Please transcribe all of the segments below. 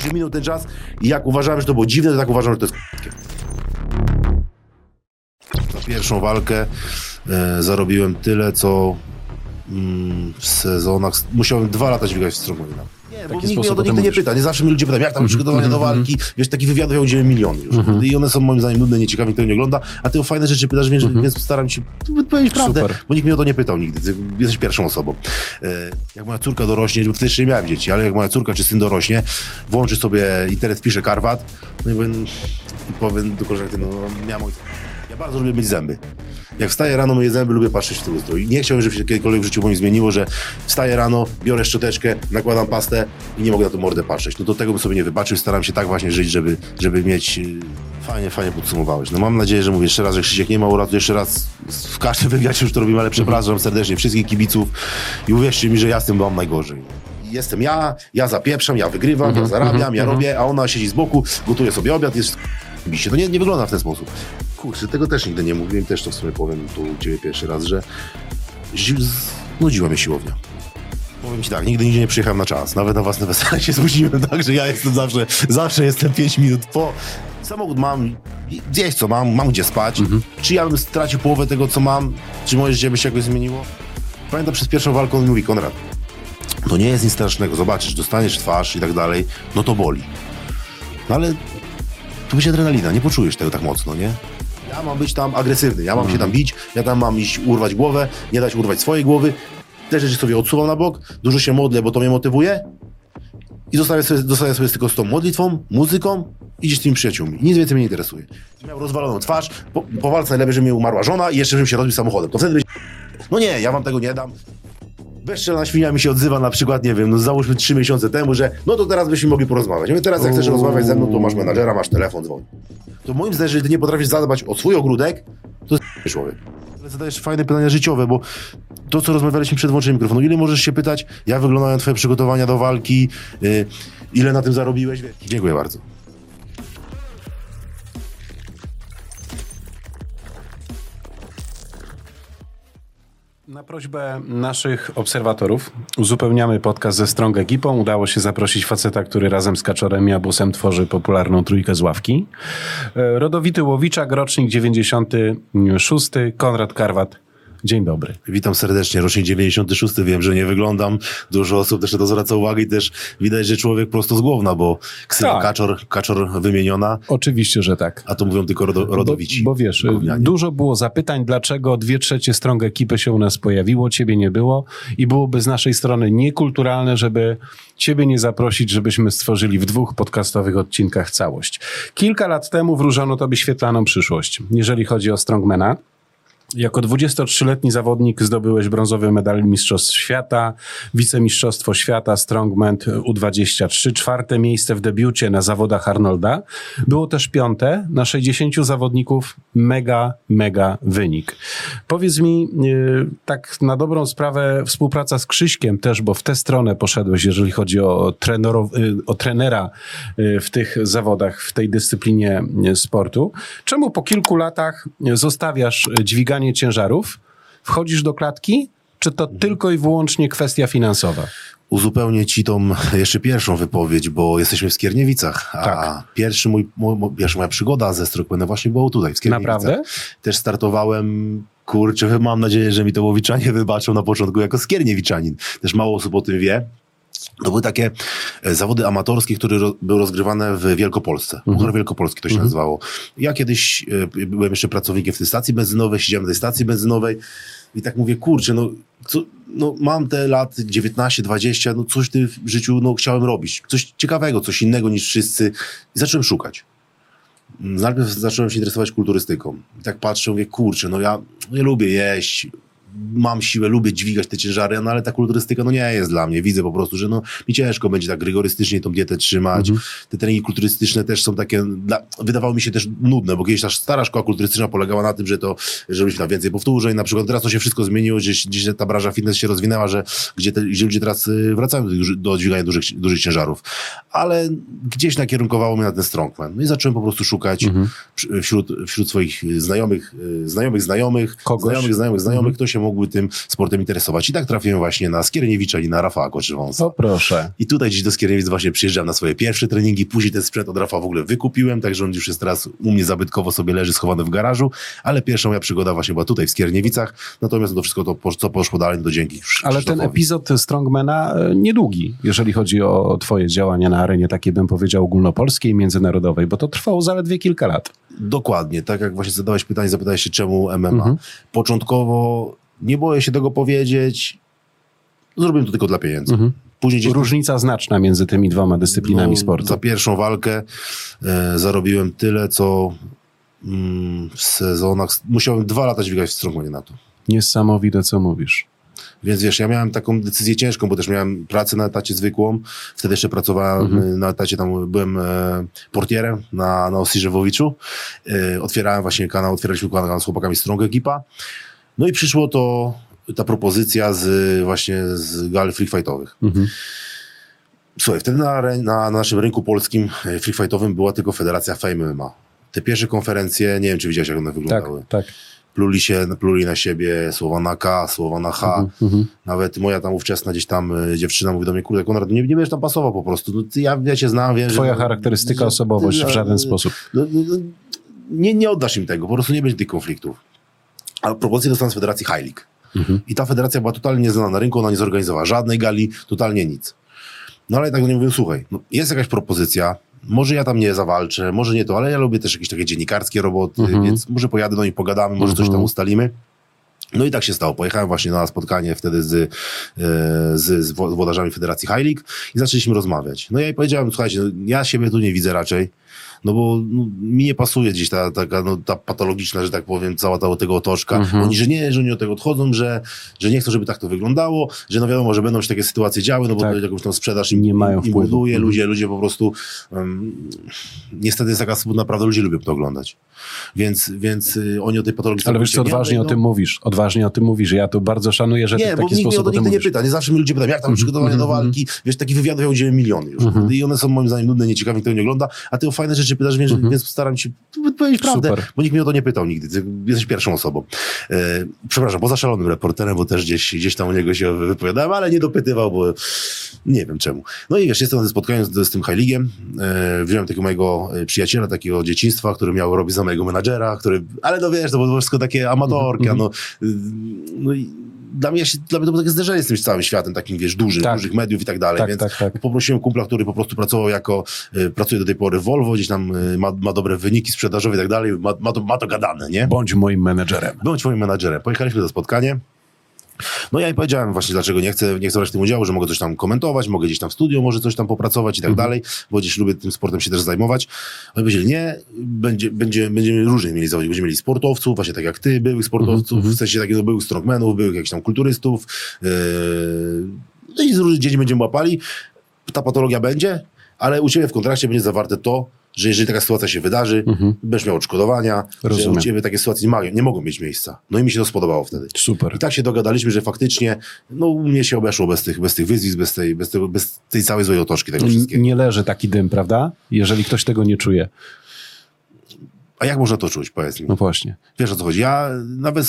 że minął ten czas i jak uważałem, że to było dziwne, to tak uważam, że to jest Za pierwszą walkę zarobiłem tyle, co w sezonach... Musiałem 2 lata dźwigać w strongmanie. Nie, bo nikt mnie o to nigdy nie pyta. Nie zawsze mi ludzie pytają, jak tam przygotowania do walki. Wiesz, takich wywiadów ja udzielę miliony już. I one są moim zdaniem nudne, nieciekawe, nikt tego nie ogląda. A ty o fajne rzeczy pytasz, więc staram się powiedzieć prawdę. Super. Bo nikt mnie o to nie pytał nigdy. Ty jesteś pierwszą osobą. Jak moja córka dorośnie, bo wtedy jeszcze nie miałem dzieci, ale jak moja córka czy syn dorośnie, włączy sobie internet, wpisze Karwat, no i powiem do koleżanki, no miałem ojca. Ja bardzo lubię myć zęby. Jak wstaję rano, myję zęby, lubię patrzeć w ten lustro. I nie chciałbym, żeby się kiedykolwiek w życiu moim zmieniło, że wstaję rano, biorę szczoteczkę, nakładam pastę i nie mogę na tą mordę patrzeć. No to tego bym sobie nie wybaczył. Staram się tak właśnie żyć, żeby mieć... Fajnie podsumowałeś. No mam nadzieję, że mówię jeszcze raz, że Krzysiek nie ma uratu. Jeszcze raz w każdym wywiadzie już to robimy, ale przepraszam serdecznie wszystkich kibiców i uwierzcie mi, że ja z tym mam najgorzej. Jestem ja zapieprzam, ja wygrywam, ja zarabiam, ja robię, a ona siedzi z boku, gotuje sobie obiad, jest... To nie wygląda w ten sposób. Kurczę, tego też nigdy nie mówiłem, też to w sumie powiem tu u ciebie pierwszy raz, że znudziła mnie siłownia. Powiem ci tak, nigdy nie przyjechałem na czas, nawet na własne wesele się zmusiłem, tak, że ja jestem zawsze jestem 5 minut po. Samochód mam, gdzieś co mam gdzie spać. Czy ja bym stracił połowę tego, co mam? Czy moje życie by się jakoś zmieniło? Pamiętam przed pierwszą walką on mówi, Konrad, to nie jest nic strasznego, zobaczysz, dostaniesz twarz i tak dalej, no to boli. No ale to będzie adrenalina, nie poczujesz tego tak mocno, nie? Ja mam być tam agresywny, ja mam się tam bić, ja tam mam iść urwać głowę, nie dać urwać swojej głowy. Te rzeczy sobie odsuwam na bok, dużo się modlę, bo to mnie motywuje i zostaję sobie tylko z tą modlitwą, muzyką i gdzieś z tymi przyjaciółmi. Nic więcej mnie nie interesuje. Miał rozwaloną twarz, po walce najlepiej, że mi umarła żona i jeszcze, żebym się rozbił samochodem. To wtedy będzie... No nie, ja wam tego nie dam. Bezczelna świnia mi się odzywa na przykład, nie wiem, no załóżmy 3 miesiące temu, że no to teraz byśmy mogli porozmawiać. Ja mówię, teraz jak chcesz rozmawiać ze mną, to masz menadżera, masz telefon, dzwoń. To moim zdaniem, jeżeli ty nie potrafisz zadbać o swój ogródek, to jest człowiek. Ale zadajesz fajne pytania życiowe, bo to, co rozmawialiśmy przed włączeniem mikrofonu, ile możesz się pytać, jak wyglądają twoje przygotowania do walki, ile na tym zarobiłeś? Dziękuję bardzo. Na prośbę naszych obserwatorów uzupełniamy podcast ze Strong Ekipą. Udało się zaprosić faceta, który razem z Kaczorem i Abusem tworzy popularną trójkę z ławki. Rodowity Łowiczak, rocznik 96, Konrad Karwat. Dzień dobry. Witam serdecznie, rocznik 96, wiem, że nie wyglądam. Dużo osób też na to zwraca uwagę i też widać, że człowiek prosto z Głowna, bo ksywa tak. Kaczor wymieniona. Oczywiście, że tak. A to mówią tylko rodowici. Bo wiesz, dużo było zapytań, dlaczego 2/3 Strong Ekipy się u nas pojawiło, ciebie nie było i byłoby z naszej strony niekulturalne, żeby ciebie nie zaprosić, żebyśmy stworzyli w 2 podcastowych odcinkach całość. Kilka lat temu wróżono tobie świetlaną przyszłość, jeżeli chodzi o Strongmana. Jako 23-letni zawodnik zdobyłeś brązowy medal Mistrzostw Świata, wicemistrzostwo świata Strongman U23, 4. miejsce w debiucie na zawodach Arnolda. Było też 5. na 60 zawodników. Mega wynik. Powiedz mi, tak na dobrą sprawę, współpraca z Krzyśkiem też, bo w tę stronę poszedłeś, jeżeli chodzi o trenera w tych zawodach, w tej dyscyplinie sportu. Czemu po kilku latach zostawiasz dźwiganie ciężarów, wchodzisz do klatki, czy to tylko i wyłącznie kwestia finansowa? Uzupełnię ci tą jeszcze pierwszą wypowiedź, bo jesteśmy w Skierniewicach, a tak. Moja przygoda ze Strongmanem właśnie była tutaj, w Skierniewicach. Naprawdę? Też startowałem, kurczę, mam nadzieję, że mi to Łowiczanie wybaczą na początku jako skierniewiczanin. Też mało osób o tym wie. To były takie zawody amatorskie, które były rozgrywane w Wielkopolsce. Puchar Wielkopolski to się nazywało. Ja kiedyś byłem jeszcze pracownikiem w tej stacji benzynowej, siedziałem na tej stacji benzynowej i tak mówię, kurczę, mam te lat 19, 20, coś w życiu chciałem robić. Coś ciekawego, coś innego niż wszyscy. I zacząłem szukać. Najpierw zacząłem się interesować kulturystyką. I tak patrzę, mówię, kurczę, ja lubię jeść, mam siłę, lubię dźwigać te ciężary, ale ta kulturystyka nie jest dla mnie. Widzę po prostu, że mi ciężko będzie tak rygorystycznie tą dietę trzymać. Te treningi kulturystyczne też są takie, wydawało mi się też nudne, bo kiedyś ta stara szkoła kulturystyczna polegała na tym, że robiliśmy tam więcej powtórzeń. Na przykład teraz to się wszystko zmieniło, gdzieś ta branża fitness się rozwinęła, gdzie ludzie teraz wracają do dźwigania dużych ciężarów. Ale gdzieś nakierunkowało mnie na ten strongman. No i zacząłem po prostu szukać wśród swoich znajomych, znajomych, ktoś się mogły tym sportem interesować. I tak trafiłem właśnie na Skierniewicza i na Rafała Koczywąsa. O proszę. I tutaj gdzieś do Skierniewic właśnie przyjeżdżam na swoje pierwsze treningi, później ten sprzęt od Rafała w ogóle wykupiłem, także on już jest teraz u mnie zabytkowo sobie leży schowany w garażu, ale pierwsza moja przygoda właśnie była tutaj w Skierniewicach, natomiast to wszystko to, co poszło dalej, do dzięki Ale ten epizod Strongmana niedługi, jeżeli chodzi o twoje działania na arenie takiej, bym powiedział, ogólnopolskiej i międzynarodowej, bo to trwało zaledwie kilka lat. Dokładnie, tak jak właśnie zadałeś pytanie, zapytałeś się czemu MMA. Początkowo nie boję się tego powiedzieć, zrobiłem to tylko dla pieniędzy. Później gdzieś różnica znaczna między tymi dwoma dyscyplinami sportu. Za pierwszą walkę zarobiłem tyle, co w sezonach, musiałem 2 lata dźwigać w Strongmanie na to. Niesamowite, co mówisz. Więc wiesz, ja miałem taką decyzję ciężką, bo też miałem pracę na etacie zwykłą. Wtedy jeszcze pracowałem na etacie, tam byłem portierem na Osirze-Wowiczu. Otwieraliśmy kanał z chłopakami Strong Ekipa. No i przyszło ta propozycja z gal free fightowych. Słuchaj, wtedy na naszym rynku polskim free fightowym była tylko Federacja Fame MMA. Te pierwsze konferencje, nie wiem, czy widziałeś, jak one wyglądały. Tak. Pluli na siebie, słowa na K, słowa na H. Nawet moja tam ówczesna gdzieś tam dziewczyna mówi do mnie, kurde, Konrad, nie będziesz tam pasował po prostu. No, ja cię znam, wiem, Twoja charakterystyka, osobowość w żaden sposób. Nie oddasz im tego, po prostu nie będzie tych konfliktów. A propozycję dostałem z Federacji High League. I ta federacja była totalnie nieznana na rynku, ona nie zorganizowała żadnej gali, totalnie nic. No ale tak do niej mówię, słuchaj, jest jakaś propozycja, może ja tam nie zawalczę, może nie to, ale ja lubię też jakieś takie dziennikarskie roboty, więc może pojadę do nich, pogadamy, może coś tam ustalimy. No i tak się stało. Pojechałem właśnie na spotkanie wtedy z włodarzami Federacji High League i zaczęliśmy rozmawiać. No ja jej powiedziałem, słuchajcie, ja siebie tu nie widzę raczej, no bo mi nie pasuje gdzieś ta patologiczna, że tak powiem, cała tego otoczka. Oni, że oni od tego odchodzą, że nie chcą, żeby tak to wyglądało, że no wiadomo, że będą się takie sytuacje działy, no bo jakąś tam sprzedaż im buduje, ludzie po prostu niestety jest taka smutna prawda, ludzie lubią to oglądać. Więc oni o tej patologii... Ale wiesz co, odważnie o tym mówisz, ja to bardzo szanuję, że nie, w taki sposób o tym mówisz. Nie, bo nikt mnie nie pyta, nie zawsze mnie ludzie pytają, jak tam przygotowanie do walki, wiesz, takich wywiadów ja udzielę miliony już. I one są moim zdaniem nudne, nieciekawe, nikt tego nie ogląda, a ty o fajne rzeczy pytasz, więc staram się powiedzieć prawdę, bo nikt mnie o to nie pytał nigdy. Ty jesteś pierwszą osobą. Przepraszam, poza szalonym reporterem, bo też gdzieś tam u niego się wypowiadałem, ale nie dopytywał, bo nie wiem czemu. No i wiesz, jestem na spotkaniu z tym High League'em, wziąłem takiego mojego przyjaciela, takiego dzieciństwa, który miał robić za mojego menadżera, ale no wiesz, to było wszystko takie amatorka, no i dla mnie to było takie zderzenie z tym całym światem, takim wiesz, dużych mediów i tak dalej, więc poprosiłem kumpla, który po prostu pracował pracuje do tej pory w Volvo, gdzieś tam ma dobre wyniki sprzedażowe i tak dalej, ma to gadane, nie? Bądź moim menedżerem. Pojechaliśmy na spotkanie. No ja jej powiedziałem właśnie, dlaczego nie chcę brać w tym udziału, że mogę coś tam komentować, mogę gdzieś tam w studio może coś tam popracować i tak dalej, bo gdzieś lubię tym sportem się też zajmować. Oni powiedzieli, nie, będziemy różnych mieli zawodników, będziemy mieli sportowców, właśnie tak jak ty, byłych sportowców, w sensie takich byłych strongmanów, byłych jakichś tam kulturystów, no i z różnych dziedzin będziemy łapali. Ta patologia będzie, ale u ciebie w kontrakcie będzie zawarte to, że jeżeli taka sytuacja się wydarzy, będziesz miał odszkodowania, że u ciebie takie sytuacje nie mogą mieć miejsca. No i mi się to spodobało wtedy. Super. I tak się dogadaliśmy, że faktycznie u mnie się obeszło bez tych wyzwisk, bez tej całej złej otoczki tego wszystkiego. Nie leży taki dym, prawda? Jeżeli ktoś tego nie czuje. A jak można to czuć, powiedz mi? No właśnie. Wiesz, o co chodzi? Ja nawet...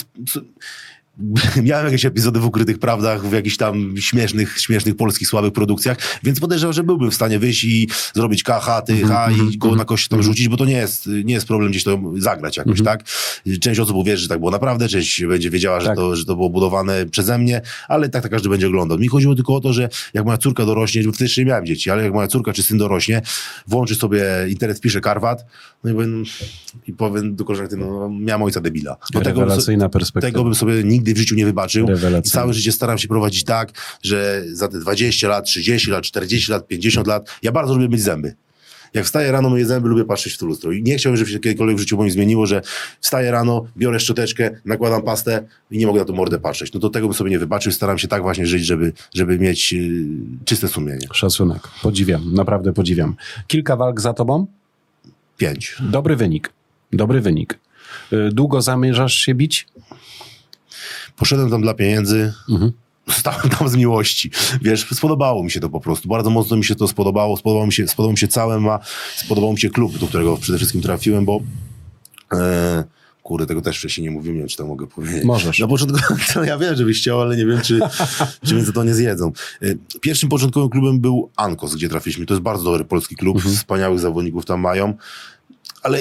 Miałem jakieś epizody w Ukrytych Prawdach, w jakichś tam śmiesznych polskich słabych produkcjach, więc podejrzewam, że byłbym w stanie wyjść i zrobić K, i go na kość tam rzucić, bo to nie jest problem gdzieś to zagrać jakoś, tak? Część osób uwierzy, że tak było naprawdę, część będzie wiedziała, że to było budowane przeze mnie, ale tak każdy będzie oglądał. Mi chodziło tylko o to, że jak moja córka dorośnie, bo wtedy jeszcze nie miałem dzieci, ale jak moja córka czy syn dorośnie, włączy sobie internet, wpisze Karwat, no i powiem do koleżanki, miałem ojca debila. Rewelacyjna perspektywa. Tego bym sobie nigdy w życiu nie wybaczył. I całe życie staram się prowadzić tak, że za te 20 lat, 30 lat, 40 lat, 50 lat, ja bardzo lubię myć zęby. Jak wstaję rano, myję zęby, lubię patrzeć w to lustro. I nie chciałbym, żeby się kiedykolwiek w życiu moim zmieniło, że wstaję rano, biorę szczoteczkę, nakładam pastę i nie mogę na tą mordę patrzeć. No to tego bym sobie nie wybaczył. Staram się tak właśnie żyć, żeby mieć czyste sumienie. Szacunek. Podziwiam. Naprawdę podziwiam. Kilka walk za tobą? 5. Dobry wynik. Długo zamierzasz się bić? Poszedłem tam dla pieniędzy, zostałem tam z miłości. Wiesz, spodobało mi się to po prostu. Bardzo mocno mi się to spodobało. Spodobał mi się cały spodobało mi się klub, do którego przede wszystkim trafiłem, bo Kurde, tego też wcześniej nie mówiłem, nie wiem, czy to mogę powiedzieć. Możesz. Na początku, to ja wiem, że byś chciał, ale nie wiem, czy mnie za to nie zjedzą. Pierwszym początkowym klubem był Ankos, gdzie trafiliśmy. To jest bardzo dobry polski klub, wspaniałych zawodników tam mają, ale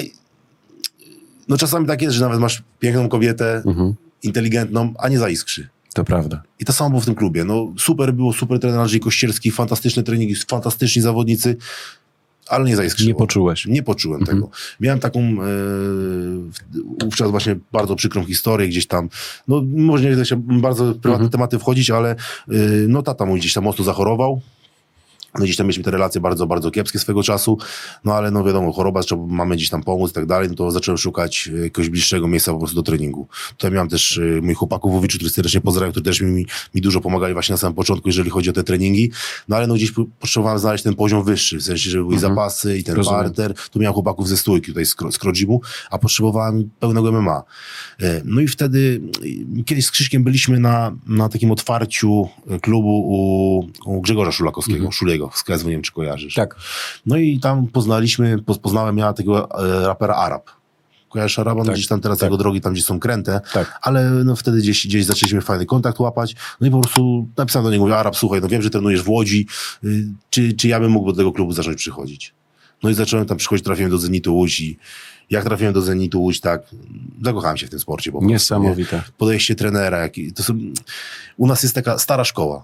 no czasami tak jest, że nawet masz piękną kobietę, inteligentną, a nie zaiskrzy. To prawda. I to samo było w tym klubie. No super było, super trener Andrzej Kościerski, fantastyczne treningi, fantastyczni zawodnicy, ale nie zaiskrzyło. Nie poczułeś. Nie poczułem tego. Miałem taką wówczas właśnie bardzo przykrą historię gdzieś tam, no może nie chcę się bardzo w prywatne tematy wchodzić, ale no tata mój gdzieś tam mocno zachorował. No gdzieś tam mieliśmy te relacje bardzo, bardzo kiepskie swego czasu, no ale no wiadomo, choroba, trzeba, mamy gdzieś tam pomóc i tak dalej, no to zacząłem szukać jakiegoś bliższego miejsca po prostu do treningu. Tutaj miałem też moich chłopaków w Łowiczu, których serdecznie pozdrawiam, którzy też mi dużo pomagali właśnie na samym początku, jeżeli chodzi o te treningi, no ale no gdzieś potrzebowałem znaleźć ten poziom wyższy, w sensie, żeby były zapasy i ten parter. Tu miałem chłopaków ze stójki tutaj z Krodzimu, a potrzebowałem pełnego MMA. No i wtedy kiedyś z Krzyśkiem byliśmy na takim otwarciu klubu u Grzegorza Szulakowskiego, Szuliego z KSW, nie wiem, czy kojarzysz. Tak. No i tam poznałem ja tego rapera Arab. Kojarzysz Araba? No gdzieś tam teraz jego drogi tam, gdzie są kręte, ale no wtedy gdzieś zaczęliśmy fajny kontakt łapać, no i po prostu napisałem do niego, mówię, Arab, słuchaj, no wiem, że trenujesz w Łodzi, czy ja bym mógł do tego klubu zacząć przychodzić? No i zacząłem tam przychodzić, trafiłem do Zenitu Łódź i jak trafiłem do Zenitu Łódź, tak, zakochałem się w tym sporcie. Po prostu, niesamowite. Podejście trenera, u nas jest taka stara szkoła.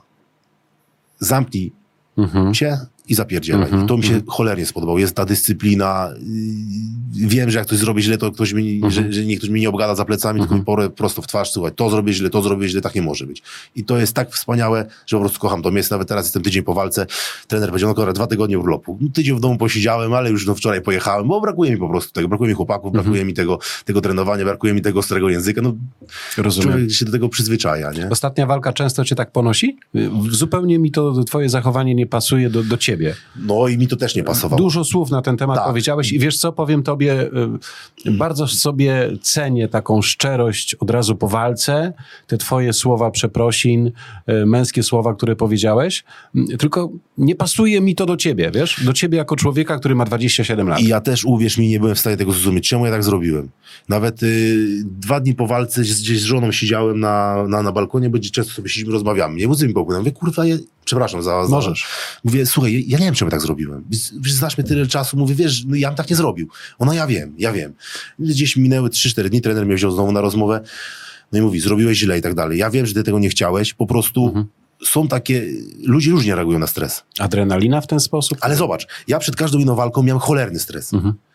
Zamknij się i zapierdzielaj. To mi się cholernie spodobało. Jest ta dyscyplina. Wiem, że jak ktoś zrobi źle, to ktoś że niech ktoś mi nie obgada za plecami, tylko mi porę prosto w twarz, słuchaj, to zrobię źle, tak nie może być. I to jest tak wspaniałe, że po prostu kocham to miejsce. Nawet teraz jestem tydzień po walce. Trener powiedział, no 2 tygodnie urlopu. No, tydzień w domu posiedziałem, ale już wczoraj pojechałem, bo brakuje mi po prostu tego. Brakuje mi chłopaków, brakuje mi tego trenowania, brakuje mi tego ostrego języka. No, rozumiem. Człowiek się do tego przyzwyczaja, nie? Ostatnia walka często cię tak ponosi? Zupełnie mi to twoje zachowanie nie pasuje do ciebie. No i mi to też nie pasowało. Dużo słów na ten temat powiedziałeś i wiesz co, powiem tobie, bardzo sobie cenię taką szczerość od razu po walce, te twoje słowa przeprosin, męskie słowa, które powiedziałeś, tylko nie pasuje mi to do ciebie, wiesz? Do ciebie jako człowieka, który ma 27 lat. I ja też, uwierz mi, nie byłem w stanie tego zrozumieć. Czemu ja tak zrobiłem? Nawet 2 dni po walce gdzieś z żoną siedziałem na balkonie, bo często sobie siedzimy, rozmawiamy. Nie łzy mi popłynęły. Mówię, kurwa, przepraszam za... Możesz. Mówię, słuchaj, ja nie wiem, czemu tak zrobiłem. Wiesz, znasz mnie tyle czasu. Mówię, wiesz, no ja bym tak nie zrobił. Ona, ja wiem. Gdzieś minęły 3-4 dni, trener mnie wziął znowu na rozmowę. No i mówi, zrobiłeś źle i tak dalej. Ja wiem, że ty tego nie chciałeś. Po prostu są takie... Ludzie różnie reagują na stres. Adrenalina w ten sposób? Ale zobacz, ja przed każdą inną walką miałem cholerny stres.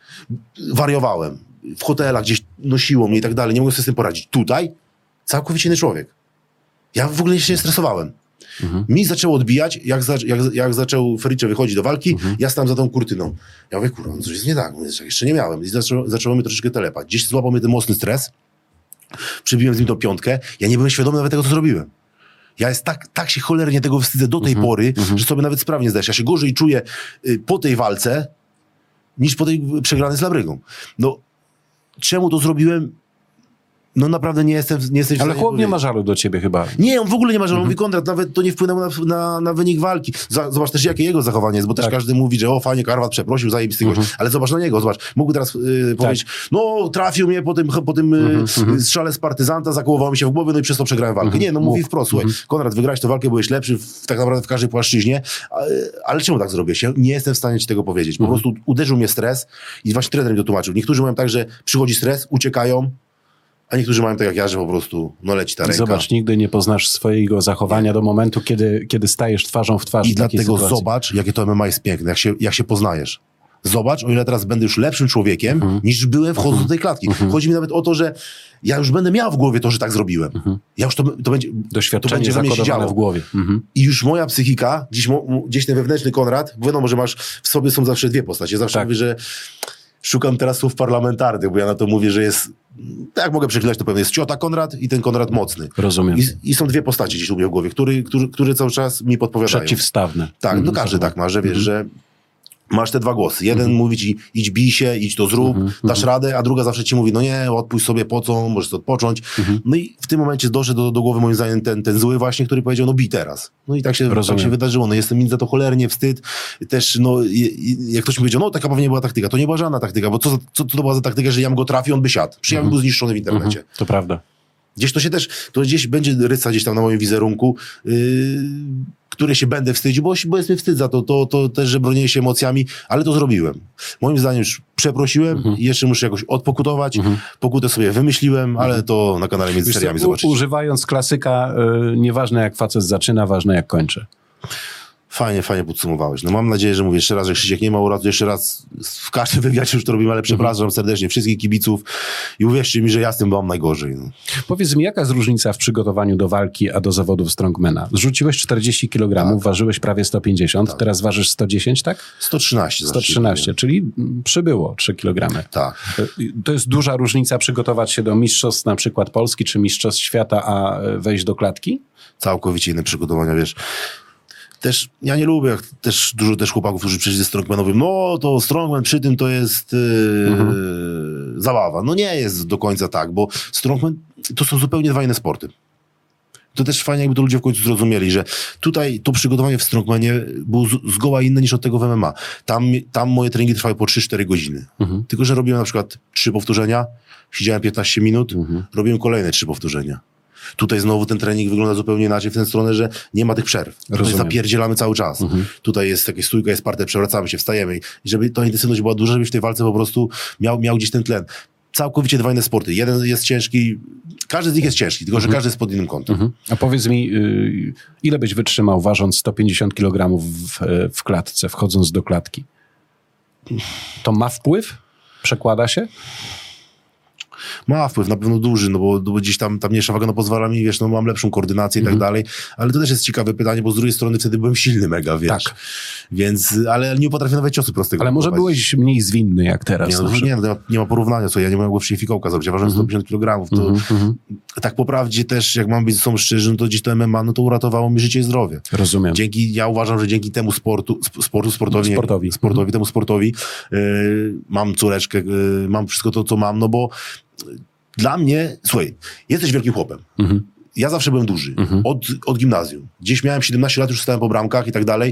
Wariowałem. W hotelach gdzieś nosiło mnie i tak dalej. Nie mogłem sobie z tym poradzić. Tutaj całkowicie inny człowiek. Ja w ogóle się nie stresowałem. Mi zaczęło odbijać, jak zaczął Fericze wychodzić do walki, ja stałem za tą kurtyną. Ja mówię, kurwa, coś jest nie tak, jeszcze nie miałem. I zaczęło mnie troszeczkę telepać. Gdzieś złapał mnie ten mocny stres, przybiłem z nim tą 5, ja nie byłem świadomy nawet tego, co zrobiłem. Ja jest tak się cholernie tego wstydzę do tej pory, że sobie nawet sprawy nie zdajesz. Ja się gorzej czuję po tej walce, niż po tej przegranej z Labrygą. No, czemu to zrobiłem? No naprawdę nie jestem w stanie Ale chłop nie ma żalu do ciebie chyba. Nie, on w ogóle nie ma żalu. Mówi, Konrad, nawet to nie wpłynęło na wynik walki. Zobacz też, jakie jego zachowanie jest, bo też każdy mówi, że fajnie, Karwat przeprosił, zajebisty gość. Ale zobacz na niego, zobacz. Mógłby teraz powiedzieć, no trafił mnie po tym strzale z partyzanta, zakołował mi się w głowie, no i przez to przegrałem walkę. Nie, no mówi wprost, słuchaj, Konrad, wygrałeś tę walkę, byłeś lepszy tak naprawdę w każdej płaszczyźnie, ale czemu tak zrobiłeś? Ja nie jestem w stanie ci tego powiedzieć. Po prostu uderzył mnie stres i właśnie trener mi to tłumaczył. Niektórzy mają tak, że przychodzi stres, uciekają, a niektórzy mają tak jak ja, że po prostu leci ta ręka. Zobacz, nigdy nie poznasz swojego zachowania do momentu, kiedy stajesz twarzą w twarz. I dlatego zobacz, jakie to MMA jest piękne, jak się poznajesz. Zobacz, o ile teraz będę już lepszym człowiekiem, niż byłem wchodząc do tej klatki. Chodzi mi nawet o to, że ja już będę miał w głowie to, że tak zrobiłem. Ja już to będzie... Doświadczenie zakodowane w głowie. I już moja psychika, gdzieś ten wewnętrzny Konrad, wiadomo, że masz w sobie są zawsze 2 postacie. Zawsze mówię, że szukam teraz słów parlamentarnych, bo ja na to mówię, że jest, tak jak mogę przeklinać, to pewnie jest ciota Konrad i ten Konrad mocny. Rozumiem. I są 2 postacie gdzieś u mnie w głowie, które cały czas mi podpowiadają. Przeciwstawne. Tak, no każdy tak ma, że wiesz, że masz te dwa głosy. Jeden mówi ci, idź bij się, idź to zrób, dasz radę, a druga zawsze ci mówi, no nie, odpuść sobie, po co, możesz to odpocząć. No i w tym momencie doszedł do głowy moim zdaniem ten zły właśnie, który powiedział, no bij teraz. No i tak się wydarzyło. No jestem mi za to cholernie wstyd. Też, no, jak ktoś mi powiedział, no taka pewnie była taktyka. To nie była żadna taktyka, bo co to była za taktyka, że ja bym go trafił, on by siadł. Przyjemnie był zniszczony w internecie. To prawda. Gdzieś to się też, to gdzieś będzie rysa gdzieś tam na moim wizerunku, które się będę wstydził, bo jest mi wstyd za to też, że bronię się emocjami, ale to zrobiłem. Moim zdaniem już przeprosiłem i jeszcze muszę jakoś odpokutować. Pokutę sobie wymyśliłem, ale to na kanale Między Seriami zobaczycie. Używając klasyka, nieważne jak facet zaczyna, ważne jak kończy. Fajnie podsumowałeś. No mam nadzieję, że mówię jeszcze raz, że Krzysiek nie ma uratu, jeszcze raz w każdym wywiadzie już to robimy, ale przepraszam serdecznie wszystkich kibiców i uwierzcie mi, że ja z tym mam najgorzej. No. Powiedz mi, jaka jest różnica w przygotowaniu do walki, a do zawodów strongmana? Zrzuciłeś 40 kg, ważyłeś prawie 150, teraz ważysz 110, tak? 113. 113, czyli przybyło 3 kg. Tak. To jest duża różnica przygotować się do mistrzostw na przykład Polski, czy mistrzostw świata, a wejść do klatki? Całkowicie inne przygotowania, wiesz. Też ja nie lubię, jak też dużo też chłopaków, którzy przyjdzie strongmanowym, no to strongman przy tym to jest zabawa. No nie jest do końca tak, bo strongman to są zupełnie dwa inne sporty. To też fajnie, jakby to ludzie w końcu zrozumieli, że tutaj to przygotowanie w strongmanie było zgoła inne niż od tego w MMA. Tam moje treningi trwały po 3-4 godziny. Tylko że robiłem na przykład 3 powtórzenia, siedziałem 15 minut, robiłem kolejne 3 powtórzenia. Tutaj znowu ten trening wygląda zupełnie inaczej w tę stronę, że nie ma tych przerw. Tutaj zapierdzielamy cały czas. Tutaj jest taka stójka, jest parter, przewracamy się, wstajemy. I żeby ta intensywność była duża, żebyś w tej walce po prostu miał gdzieś ten tlen. Całkowicie dwa inne sporty. Jeden jest ciężki, każdy z nich jest ciężki, tylko że każdy jest pod innym kątem. A powiedz mi, ile byś wytrzymał ważąc 150 kg w klatce, wchodząc do klatki? To ma wpływ? Przekłada się? Ma wpływ, na pewno duży, no bo gdzieś tam ta mniejsza waga podwala mi, wiesz, no mam lepszą koordynację i tak dalej, ale to też jest ciekawe pytanie, bo z drugiej strony wtedy byłem silny mega, wiesz. Tak. Więc, ale nie potrafię nawet ciosu prostego. Ale może byłeś mniej zwinny jak teraz. Nie ma porównania, ja nie mogłem go w fikołka zrobić, ja ważyłem 150 kg, to tak po prawdzie też, jak mam być ze sobą szczerzy, no to gdzieś to MMA, no to uratowało mi życie i zdrowie. Rozumiem. Ja uważam, że dzięki temu sportowi, mam córeczkę, mam wszystko to, co mam, no bo dla mnie, słuchaj, jesteś wielkim chłopem. Ja zawsze byłem duży. Od gimnazjum. Gdzieś miałem 17 lat, już stałem po bramkach i tak dalej.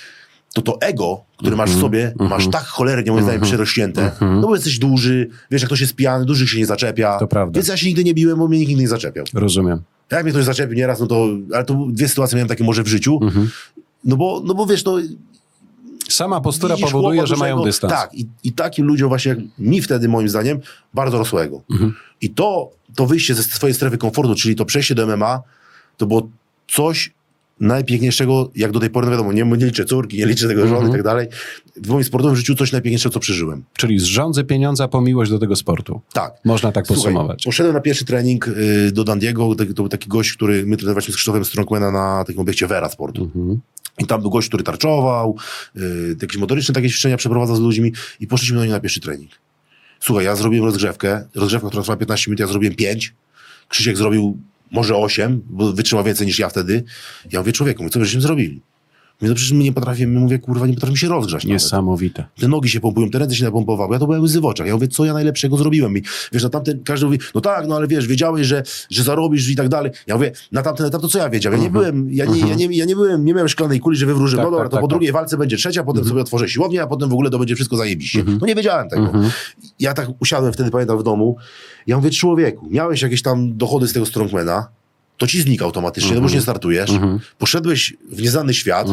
To ego, które masz w sobie, masz tak cholernie, moim zdaniem, przerośnięte. No bo jesteś duży, wiesz, jak ktoś jest pijany, dużych się nie zaczepia. To prawda. Więc ja się nigdy nie biłem, bo mnie nikt nie zaczepiał. Rozumiem. Jak mnie ktoś zaczepił nieraz, no to, ale to dwie sytuacje miałem takie może w życiu. No bo wiesz, no... Sama postura powoduje, że mają dystans. Tak, i takim ludziom właśnie, jak mi wtedy, moim zdaniem, bardzo rosłego. I to wyjście ze swojej strefy komfortu, czyli to przejście do MMA, to było coś najpiękniejszego, jak do tej pory, no wiadomo, nie liczę córki, nie liczę tego żony i tak dalej. W moim sportowym życiu coś najpiękniejszego, co przeżyłem. Czyli z żądzy pieniądza po miłość do tego sportu. Tak. Można tak podsumować. Poszedłem na pierwszy trening do Dandiego, to był taki gość, który my trenowaliśmy z Krzysztofem Strongmana na takim obiekcie Vera Sportu. I tam był gość, który tarczował, jakieś motoryczne takie ćwiczenia przeprowadzał z ludźmi i poszliśmy do niego na pierwszy trening. Słuchaj, ja zrobiłem rozgrzewkę, która trwała 15 minut, ja zrobiłem 5, Krzysiek zrobił może 8, bo wytrzymał więcej niż ja wtedy. Ja mówię, człowieku, co byśmy zrobili? Mówię, no przecież my nie potrafimy, nie potrafimy się rozgrzać. Niesamowite. Nawet. Te nogi się pompują, te ręce się napompowały. Ja to byłem łzy w oczach. Ja mówię, co ja najlepszego zrobiłem? I wiesz, na tamten każdy mówi, no tak, no ale wiesz, wiedziałeś, że zarobisz i tak dalej. Ja mówię, na tamten etap to co ja wiedział? Ja nie byłem, nie miałem szklanej kuli, że wywróżyłem. No dobra, to po drugiej walce będzie trzecia, potem sobie otworzę siłownię, a potem w ogóle to będzie wszystko zajebiście. No nie wiedziałem tego. Ja tak usiadłem wtedy, pamiętam, w domu. Ja mówię, człowieku, miałeś jakieś tam dochody z tego strongmana, to ci znika automatycznie, no bo już nie startujesz. Poszedłeś w nieznany świat.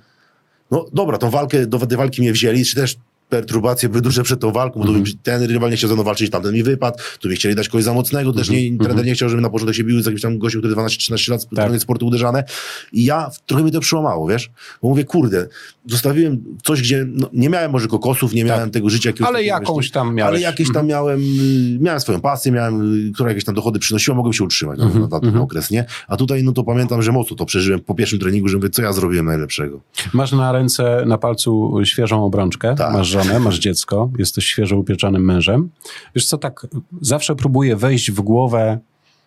No dobra, do tej walki mnie wzięli, czy też perturbacje były duże przed tą walką, bo ten rywal nie chciał ze mną walczyć, tamten mi wypadł, tu mi chcieli dać kogoś za mocnego, też trener nie chciał, żebym na początek się bił z jakimś tam gościem, który 12-13 lat z sportu uderzane. I ja, trochę mi to przełamało, wiesz? Bo mówię, kurde, zostawiłem coś, gdzie nie miałem może kokosów, nie miałem tego życia, jakiegoś... Ale jakąś tam miałeś. Ale jakieś tam miałem swoją pasję, która jakieś tam dochody przynosiła, mogłem się utrzymać na ten okres, nie? A tutaj, no to pamiętam, że mocno to przeżyłem po pierwszym treningu, że mówię, co ja zrobiłem najlepszego. Masz na ręce, na palcu świeżą obrączkę, masz żonę, masz dziecko, jesteś świeżo upieczonym mężem. Wiesz co, tak zawsze próbuję wejść w głowę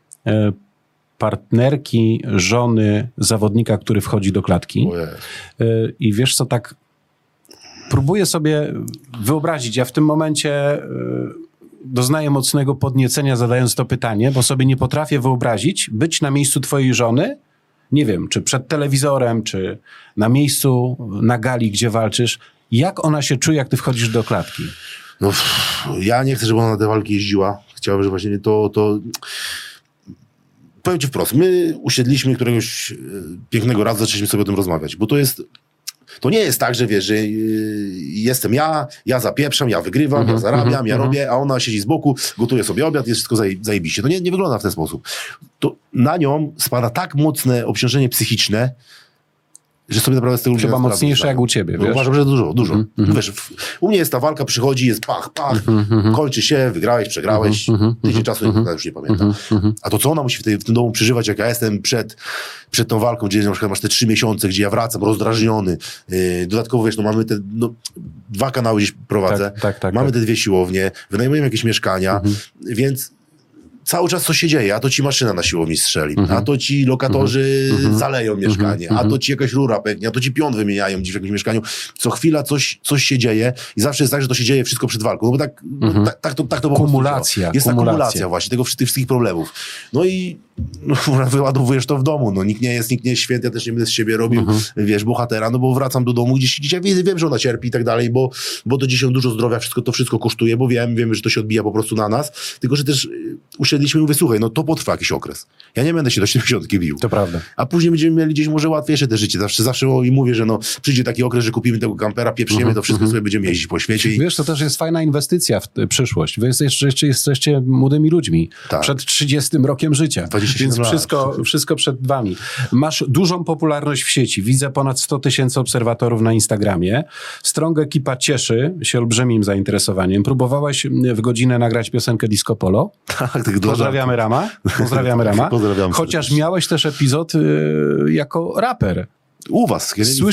partnerki, żony zawodnika, który wchodzi do klatki. I wiesz co, tak próbuję sobie wyobrazić, ja w tym momencie doznaję mocnego podniecenia zadając to pytanie, bo sobie nie potrafię wyobrazić być na miejscu twojej żony, nie wiem, czy przed telewizorem, czy na miejscu, na gali, gdzie walczysz. Jak ona się czuje, jak ty wchodzisz do klatki? No, ja nie chcę, żeby ona na te walki jeździła. Chciałbym, żeby właśnie to... Powiem ci wprost, my usiedliśmy któregoś pięknego razu, zaczęliśmy sobie o tym rozmawiać, bo to nie jest tak, że wiesz, że jestem ja zapieprzam, ja wygrywam, ja zarabiam, ja robię, a ona siedzi z boku, gotuje sobie obiad, jest wszystko zajebiście. To nie wygląda w ten sposób. To na nią spada tak mocne obciążenie psychiczne, że sobie naprawdę z tego Chyba mocniejsze jak u ciebie, wiesz? Uważam, że dużo. Wiesz, u mnie jest ta walka, przychodzi, jest pach, kończy się, wygrałeś, przegrałeś, tydzień czasu już nie pamiętam. A to co ona musi w tym domu przeżywać, jak ja jestem przed tą walką, gdzie na przykład masz te 3 miesiące, gdzie ja wracam rozdrażniony. Dodatkowo, wiesz, mamy te 2 kanały gdzieś prowadzę, mamy te 2 siłownie, wynajmujemy jakieś mieszkania, więc cały czas co się dzieje, a to ci maszyna na siłowni strzeli, a to ci lokatorzy zaleją mieszkanie, a to ci jakaś rura pęknie, a to ci pion wymieniają gdzieś w jakimś mieszkaniu. Co chwila coś się dzieje i zawsze jest tak, że to się dzieje wszystko przed walką. No bo tak to po prostu kumulacja. Jest ta kumulacja właśnie tych wszystkich problemów. No i wyładowujesz to w domu. No, nikt nie jest święty, ja też nie będę z siebie robił, wiesz, bohatera, no bo wracam do domu, gdzieś ja wiem, że ona cierpi i tak dalej, bo to dzisiaj dużo zdrowia, to wszystko kosztuje, bo wiem, że to się odbija po prostu na nas, tylko że też usiedliśmy i mówię, słuchaj, no to potrwa jakiś okres. Ja nie będę się do 70 bił. To prawda. A później będziemy mieli gdzieś może łatwiejsze te życie. Zawsze i mówię, że no przyjdzie taki okres, że kupimy tego kampera, pieprzniemy to wszystko, sobie będziemy jeździć po świecie. Wiesz, to też jest fajna inwestycja w przyszłość. Wy jesteście młodymi ludźmi. Tak. Przed 30 rokiem życia. Więc wszystko przed wami. Masz dużą popularność w sieci. Widzę ponad 100 000 obserwatorów na Instagramie. Strong Ekipa cieszy się olbrzymim zainteresowaniem. Próbowałeś w godzinę nagrać piosenkę Disco Polo? Tak, Pozdrawiamy Rama. Pozdrawiamy Rama. Pozdrawiam. Chociaż miałeś też epizod jako raper. U was.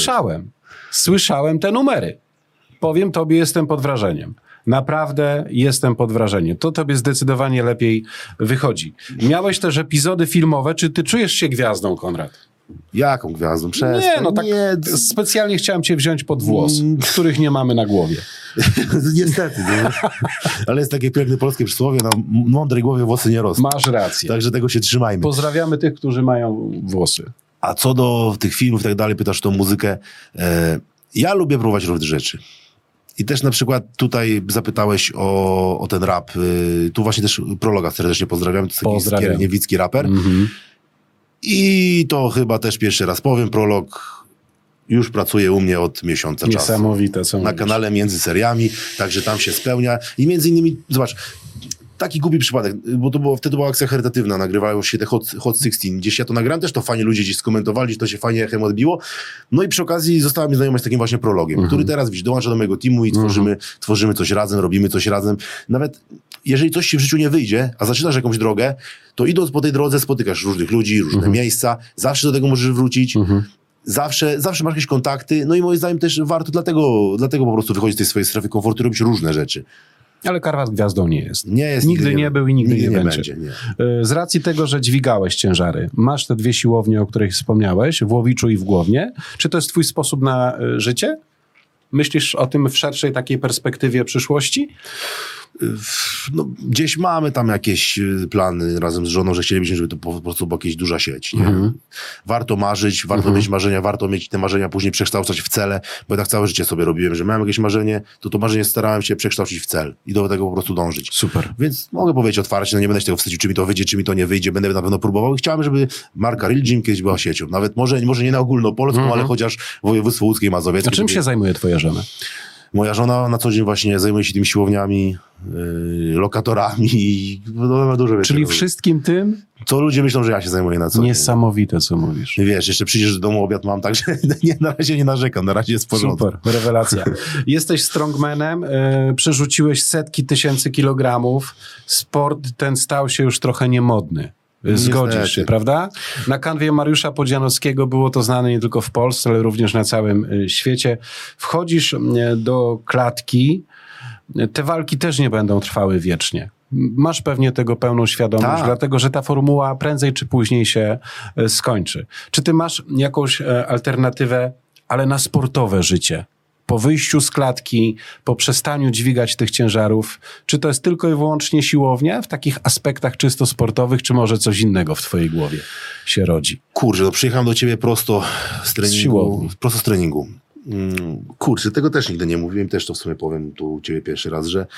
Słyszałem te numery. Powiem tobie, jestem pod wrażeniem. Naprawdę jestem pod wrażeniem. To tobie zdecydowanie lepiej wychodzi. Miałeś też epizody filmowe. Czy ty czujesz się gwiazdą, Konrad? Jaką gwiazdą? Specjalnie chciałem cię wziąć pod włos, których nie mamy na głowie. Niestety. Ale jest takie piękne polskie przysłowie, na mądrej głowie włosy nie rosną. Masz rację. Także tego się trzymajmy. Pozdrawiamy tych, którzy mają włosy. A co do tych filmów i tak dalej, pytasz tą muzykę. Ja lubię próbować różne rzeczy. I też na przykład tutaj zapytałeś o ten rap. Tu właśnie też Prologa serdecznie pozdrawiam. To jest taki skierniewicki raper. I to chyba też pierwszy raz powiem. Prolog już pracuje u mnie od miesiąca czasu. Niesamowite. Na kanale Między Seriami. Także tam się spełnia. I między innymi, zobacz, taki głupi przypadek, bo wtedy była akcja charytatywna, nagrywało się te Hot 16. Gdzieś ja to nagrałem, też to fajnie ludzie gdzieś skomentowali, to się fajnie echem odbiło. No i przy okazji została mi znajomość z takim właśnie Prologiem, który teraz, widzisz, dołącza do mojego teamu i tworzymy coś razem, robimy coś razem. Nawet jeżeli coś ci w życiu nie wyjdzie, a zaczynasz jakąś drogę, to idąc po tej drodze spotykasz różnych ludzi, różne miejsca, zawsze do tego możesz wrócić. Zawsze masz jakieś kontakty, no i moim zdaniem też warto dlatego po prostu wychodzić z tej swojej strefy komfortu i robić różne rzeczy. Ale Karwat gwiazdą nie jest. Nie jest. Nigdy nie był i nigdy nie będzie. Nie. Z racji tego, że dźwigałeś ciężary, masz te 2 siłownie, o których wspomniałeś, w Łowiczu i w Głownie. Czy to jest twój sposób na życie? Myślisz o tym w szerszej takiej perspektywie przyszłości? No, gdzieś mamy tam jakieś plany razem z żoną, że chcielibyśmy, żeby to po prostu była jakaś duża sieć. Nie? Warto marzyć, warto mieć marzenia, warto mieć te marzenia później przekształcać w cele, bo ja tak całe życie sobie robiłem, że miałem jakieś marzenie, to marzenie starałem się przekształcić w cel i do tego po prostu dążyć. Super. Więc mogę powiedzieć otwarcie, no nie będę się tego wstydził, czy mi to wyjdzie, czy mi to nie wyjdzie, będę na pewno próbował i chciałem, żeby marka Real Gym kiedyś była siecią. Nawet może nie na ogólnopolską, ale chociaż województwo łódzkie i mazowieckie. A czym się zajmuje twoja żona? Moja żona na co dzień właśnie zajmuje się tymi siłowniami, lokatorami i no, dużo rzeczy. Czyli wszystkim tym? Co ludzie myślą, że ja się zajmuję na co dzień. Niesamowite, co mówisz. Wiesz, jeszcze przyjdziesz do domu, obiad mam, także na razie nie narzekam, na razie jest w porządku. Super, rewelacja. Jesteś strongmanem, przerzuciłeś setki tysięcy kilogramów, sport ten stał się już trochę niemodny. Zgodzisz się, prawda? Na kanwie Mariusza Podzianowskiego było to znane nie tylko w Polsce, ale również na całym świecie. Wchodzisz do klatki, te walki też nie będą trwały wiecznie. Masz pewnie tego pełną świadomość, dlatego że ta formuła prędzej czy później się skończy. Czy ty masz jakąś alternatywę, ale na sportowe życie? po wyjściu z klatki, po przestaniu dźwigać tych ciężarów? Czy to jest tylko i wyłącznie siłownia w takich aspektach czysto sportowych, czy może coś innego w twojej głowie się rodzi? Kurczę, no przyjechałem do ciebie prosto z treningu. siłowni. Prosto z treningu. Kurczę, tego też nigdy nie mówiłem, też to w sumie powiem tu u ciebie pierwszy raz, że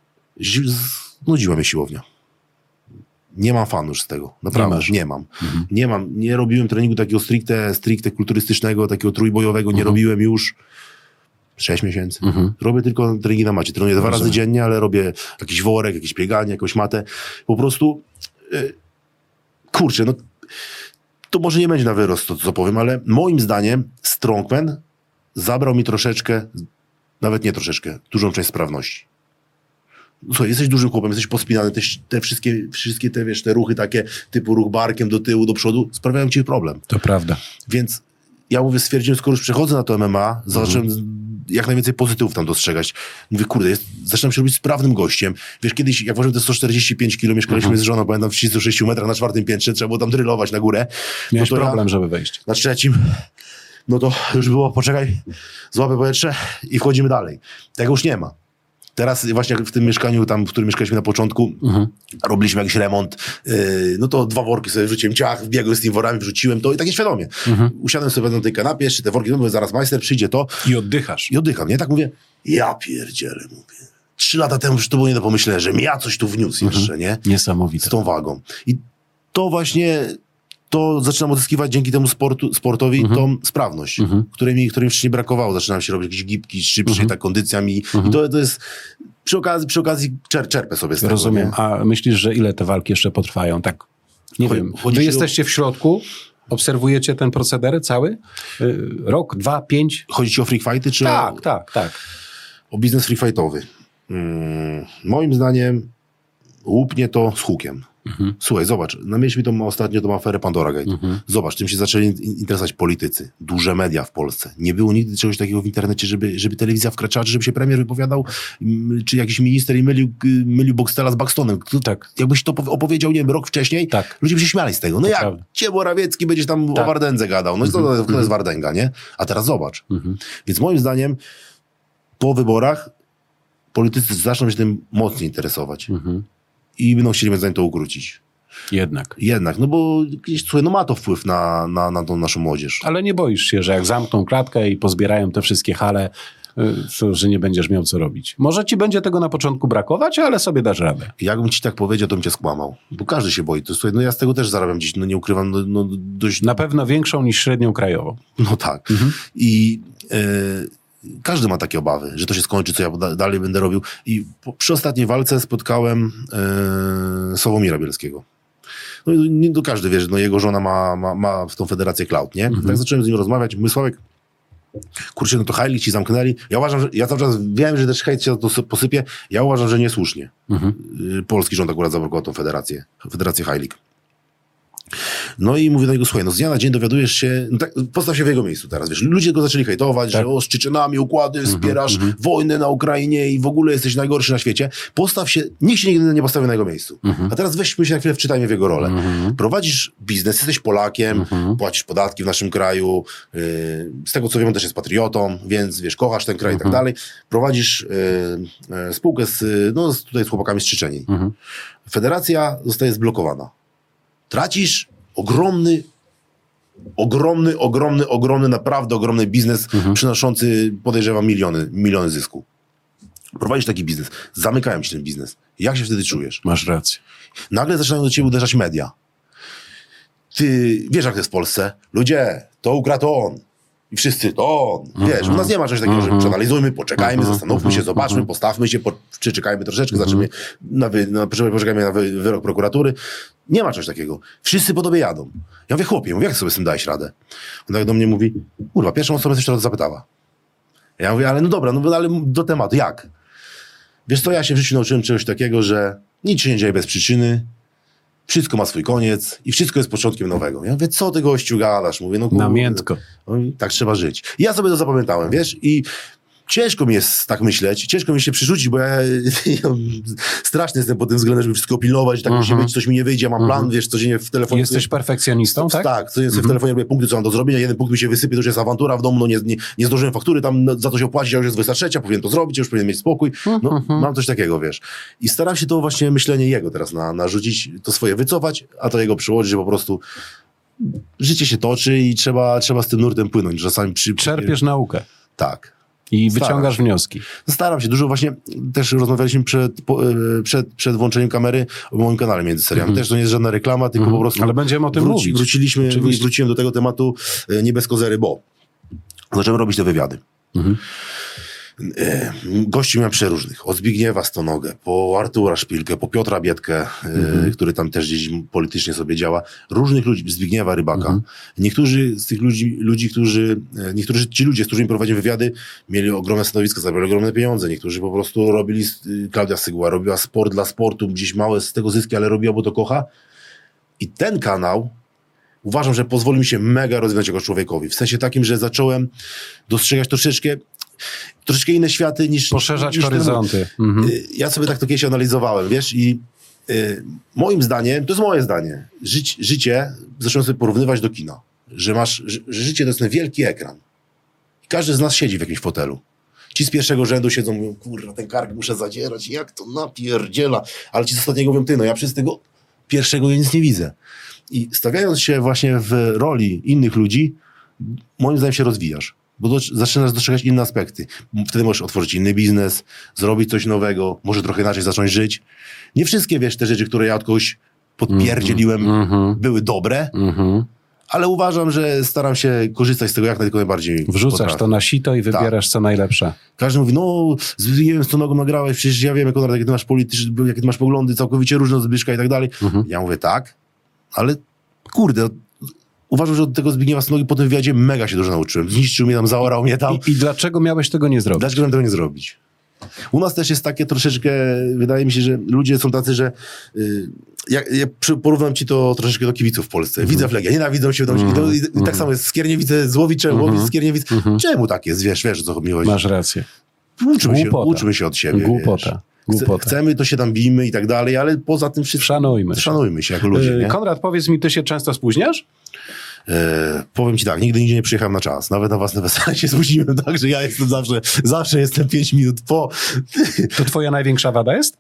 znudziła mnie siłownia. Nie mam fanu już z tego. Naprawdę, nie mam. Nie mam. Nie robiłem treningu takiego stricte kulturystycznego, takiego trójbojowego, nie robiłem już 6 miesięcy. Robię tylko treningi na macie. Trenuję 2 razy dziennie, ale robię jakiś worek, jakieś bieganie, jakąś matę. Po prostu kurczę, no to może nie będzie na wyrost to, co powiem, ale moim zdaniem Strongman zabrał mi troszeczkę, nawet nie troszeczkę, dużą część sprawności. Słuchaj, jesteś dużym chłopem, jesteś pospinany, te wszystkie te, wiesz, te ruchy takie, typu ruch barkiem do tyłu, do przodu, sprawiają ci problem. To prawda. Więc ja mówię, stwierdziłem, skoro już przechodzę na to MMA, zacząłem jak najwięcej pozytywów tam dostrzegać. Mówię, kurde, zaczynam się robić sprawnym gościem. Wiesz, kiedyś, jak ważyłem te 145 kg, mieszkaliśmy z żoną, pamiętam, w 36 metrach na 4. piętrze, trzeba było tam drylować na górę. Miałeś no to problem, żeby wejść. Na 3. No to już było, poczekaj, złapę powietrze i wchodzimy dalej. Tego już nie ma. Teraz właśnie w tym mieszkaniu, tam, w którym mieszkaliśmy na początku, robiliśmy jakiś remont, no to 2 worki sobie wrzuciłem, wbiegłem z tymi worami, wrzuciłem to i tak nieświadomie. Usiadłem sobie na tej kanapie, jeszcze te worki, no mówię, zaraz majster przyjdzie to. I oddychasz. I oddycham, nie? Tak mówię, ja pierdzielę, mówię. 3 lata temu już to było nie do pomyślenia, że ja coś tu wniósł jeszcze, nie? Niesamowite. Z tą wagą. I to właśnie, to zaczynam odzyskiwać dzięki temu sportowi tą sprawność, której mi wcześniej brakowało. Zaczynam się robić jakieś gibki, szybciej, ta kondycja mi. I to jest przy okazji czerpę sobie z tego. Rozumiem. Nie? A myślisz, że ile te walki jeszcze potrwają? Tak, nie wiem. Wy jesteście w środku, obserwujecie ten proceder cały? Rok, 2, 5? Chodzi ci o free fighty, czy Tak. o biznes free fightowy? Moim zdaniem łupnie to z hukiem. Słuchaj, zobacz, mieliśmy ostatnio tą aferę Pandora Gate. Zobacz, tym się zaczęli interesować politycy, duże media w Polsce. Nie było nigdy czegoś takiego w internecie, żeby telewizja wkraczała, żeby się premier wypowiadał, czy jakiś minister i mylił Boxtela z Buxtonem. Tak. Jakbyś to opowiedział, nie wiem, rok wcześniej, ludzie by się śmiali z tego. No jak? Gdzie Morawiecki będziesz tam o Wardędze gadał? No to jest Wardęga, nie? A teraz zobacz. Więc moim zdaniem po wyborach politycy zaczną się tym mocniej interesować. I będą chcieli moim zdaniem to ukrócić. Jednak, no bo słuchaj, no ma to wpływ na tą naszą młodzież. Ale nie boisz się, że jak zamkną klatkę i pozbierają te wszystkie hale, że nie będziesz miał co robić. Może ci będzie tego na początku brakować, ale sobie dasz radę. Jakbym ci tak powiedział, to bym cię skłamał. Bo każdy się boi. To, słuchaj, no ja z tego też zarabiam dziś, no nie ukrywam, no dość... Na pewno większą niż średnią krajową. No tak. I... każdy ma takie obawy, że to się skończy, co ja dalej będę robił. I przy ostatniej walce spotkałem Sławomira Bielskiego. No i to każdy wie, że no jego żona ma w tą federację cloud, nie? Tak zacząłem z nim rozmawiać. My, Sławek, kurczę, no to hajlik ci zamknęli. Ja uważam, że ja cały czas wiem, że też hejt się to posypie. Ja uważam, że niesłusznie. Polski rząd akurat zablokował tą federację hajlik. No i mówię do niego, słuchaj, no z dnia na dzień dowiadujesz się, no tak, postaw się w jego miejscu teraz, wiesz, ludzie go zaczęli hejtować, że z Czeczenami układy, wspierasz wojnę na Ukrainie i w ogóle jesteś najgorszy na świecie. Postaw się, nikt się nigdy nie postawi na jego miejscu. A teraz weźmy się na chwilę, wczytajmy w jego rolę. Prowadzisz biznes, jesteś Polakiem, płacisz podatki w naszym kraju, z tego co wiem, on też jest patriotą, więc wiesz, kochasz ten kraj i tak dalej. Prowadzisz spółkę tutaj z chłopakami z Czeczenii. Federacja zostaje zblokowana. Tracisz ogromny, naprawdę ogromny biznes, przynoszący, podejrzewam, miliony zysku. Prowadzisz taki biznes, zamykają ci ten biznes. Jak się wtedy czujesz? Masz rację. Nagle zaczynają do ciebie uderzać media. Ty wiesz, jak to jest w Polsce? Ludzie, to ukradł on. I wszyscy, to on. Wiesz, u nas nie ma czegoś takiego, że przeanalizujmy, poczekajmy, zastanówmy się, zobaczmy, postawmy się, czekajmy troszeczkę, zobaczymy, poczekajmy na wyrok prokuratury. Nie ma czegoś takiego. Wszyscy po tobie jadą. Ja mówię, chłopie, jak sobie z tym dałeś radę? On tak do mnie mówi, kurwa, pierwszą osobę coś to zapytała. Ja mówię, ale no dobra, no ale do tematu, jak? Wiesz co, ja się w życiu nauczyłem czegoś takiego, że nic się nie dzieje bez przyczyny, wszystko ma swój koniec i wszystko jest początkiem nowego. Ja mówię, co ty gościu gadasz? Mówię, no kurde, namiętko. Tak trzeba żyć. I ja sobie to zapamiętałem, wiesz, i ciężko mi jest tak myśleć, ciężko mi się przerzucić, bo ja straszny jestem pod tym względem, żeby wszystko pilnować, tak musi być, coś mi nie wyjdzie, ja mam plan, wiesz, codziennie w telefonie. Jesteś perfekcjonistą, tak? Tak, codziennie w telefonie robię punkty, co mam do zrobienia, jeden punkt mi się wysypie, to już jest awantura w domu, no nie zdążyłem faktury tam za to się opłacić, a już jest 23, powinien to zrobić, już powinien mieć spokój, no mam coś takiego, wiesz. I staram się to właśnie myślenie jego teraz narzucić, to swoje wycofać, a to jego przyłożyć, że po prostu życie się toczy i trzeba z tym nurtem płynąć. Czasami Czerpiesz naukę. Tak. I wyciągasz wnioski. Staram się. Dużo właśnie, też rozmawialiśmy przed włączeniem kamery o moim kanale między seriami. Też to nie jest żadna reklama, tylko po prostu... Ale będziemy o tym mówić. Wróciłem do tego tematu nie bez kozery, bo zacząłem robić te wywiady. Gości miałem przeróżnych. Od Zbigniewa Stonogę, po Artura Szpilkę, po Piotra Biedkę, który tam też gdzieś politycznie sobie działa. Różnych ludzi, Zbigniewa Rybaka. Niektórzy z tych ci ludzie, z którymi prowadziłem wywiady, mieli ogromne stanowiska, zabrali ogromne pieniądze. Niektórzy po prostu robili, Klaudia Syguła robiła sport dla sportu, gdzieś małe z tego zyski, ale robiła, bo to kocha. I ten kanał uważam, że pozwoli mi się mega rozwijać jako człowiekowi. W sensie takim, że zacząłem dostrzegać troszeczkę inne światy niż... Poszerzać horyzonty. Ja sobie tak to kiedyś analizowałem, wiesz, i moim zdaniem, to jest moje zdanie, życie zacząłem sobie porównywać do kina, że życie to jest ten wielki ekran. Każdy z nas siedzi w jakimś fotelu. Ci z pierwszego rzędu siedzą, mówią, kurwa, ten kark muszę zadzierać, jak to napierdziela. Ale ci z ostatniego mówią, no ja przez tego pierwszego nic nie widzę. I stawiając się właśnie w roli innych ludzi, moim zdaniem się rozwijasz. Bo zaczynasz dostrzegać inne aspekty. Wtedy możesz otworzyć inny biznes, zrobić coś nowego, może trochę inaczej zacząć żyć. Nie wszystkie, wiesz, te rzeczy, które ja od kogoś podpierdzieliłem, były dobre, ale uważam, że staram się korzystać z tego jak najbardziej. Wrzucasz potrafię. to na sito i wybierasz co najlepsze. Każdy mówi, no z Zbigniewem Stonogą nagrałeś, przecież ja wiem, Konrad, jakie ty masz poglądy całkowicie różne od Zbyszka i tak dalej. Ja mówię, tak, ale kurde, uważam, że od tego Zbigniewa Stonogi po tym wywiadzie mega się dużo nauczyłem. Zniszczył mnie tam, zaorał mnie tam. I dlaczego miałeś tego nie zrobić? Dlaczego miałem tego nie zrobić? U nas też jest takie troszeczkę, wydaje mi się, że ludzie są tacy, że ja porównam ci to troszeczkę do kibiców w Polsce. Widzę Legia, nienawidzą się i tak samo jest Skierniewice, Złowicze, Łowic, Skierniewic. Czemu tak jest? Wiesz, o co mi chodzi? Masz rację. Uczymy się od siebie. Głupota. Chcemy, to się tam bijmy i tak dalej, ale poza tym wszystkim szanujmy się jako ludzie. Nie? Konrad, powiedz mi, ty się często spóźniasz? Powiem ci tak, nigdy nie przyjechałem na czas. Nawet na własne wesele się spóźniłem, tak, że ja jestem zawsze jestem 5 minut po. To twoja największa wada jest?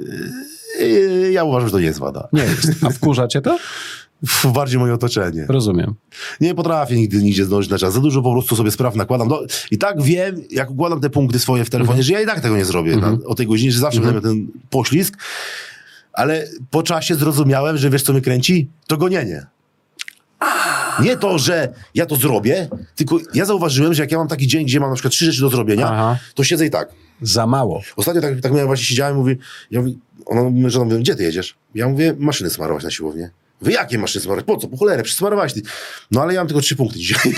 Ja uważam, że to nie jest wada. Nie jest. A wkurza cię to? Bardziej moje otoczenie. Rozumiem. Nie potrafię nigdzie zdążyć na czas. Za dużo po prostu sobie spraw nakładam. I tak wiem, jak układam te punkty swoje w telefonie, że ja i tak tego nie zrobię o tej godzinie, że zawsze będę miał ten poślizg. Ale po czasie zrozumiałem, że wiesz, co mnie kręci? To gonienie. Nie to, że ja to zrobię, tylko ja zauważyłem, że jak ja mam taki dzień, gdzie mam na przykład 3 rzeczy do zrobienia, to siedzę i tak. Za mało. Ostatnio tak miałem, właśnie siedziałem, ona mówi, że gdzie ty jedziesz? Ja mówię, maszyny smarować na siłownię. Wy jakie maszyny smarować? Po co? Po cholerę, przysmarowałeś ty. No ale ja mam tylko 3 punkty dzisiaj.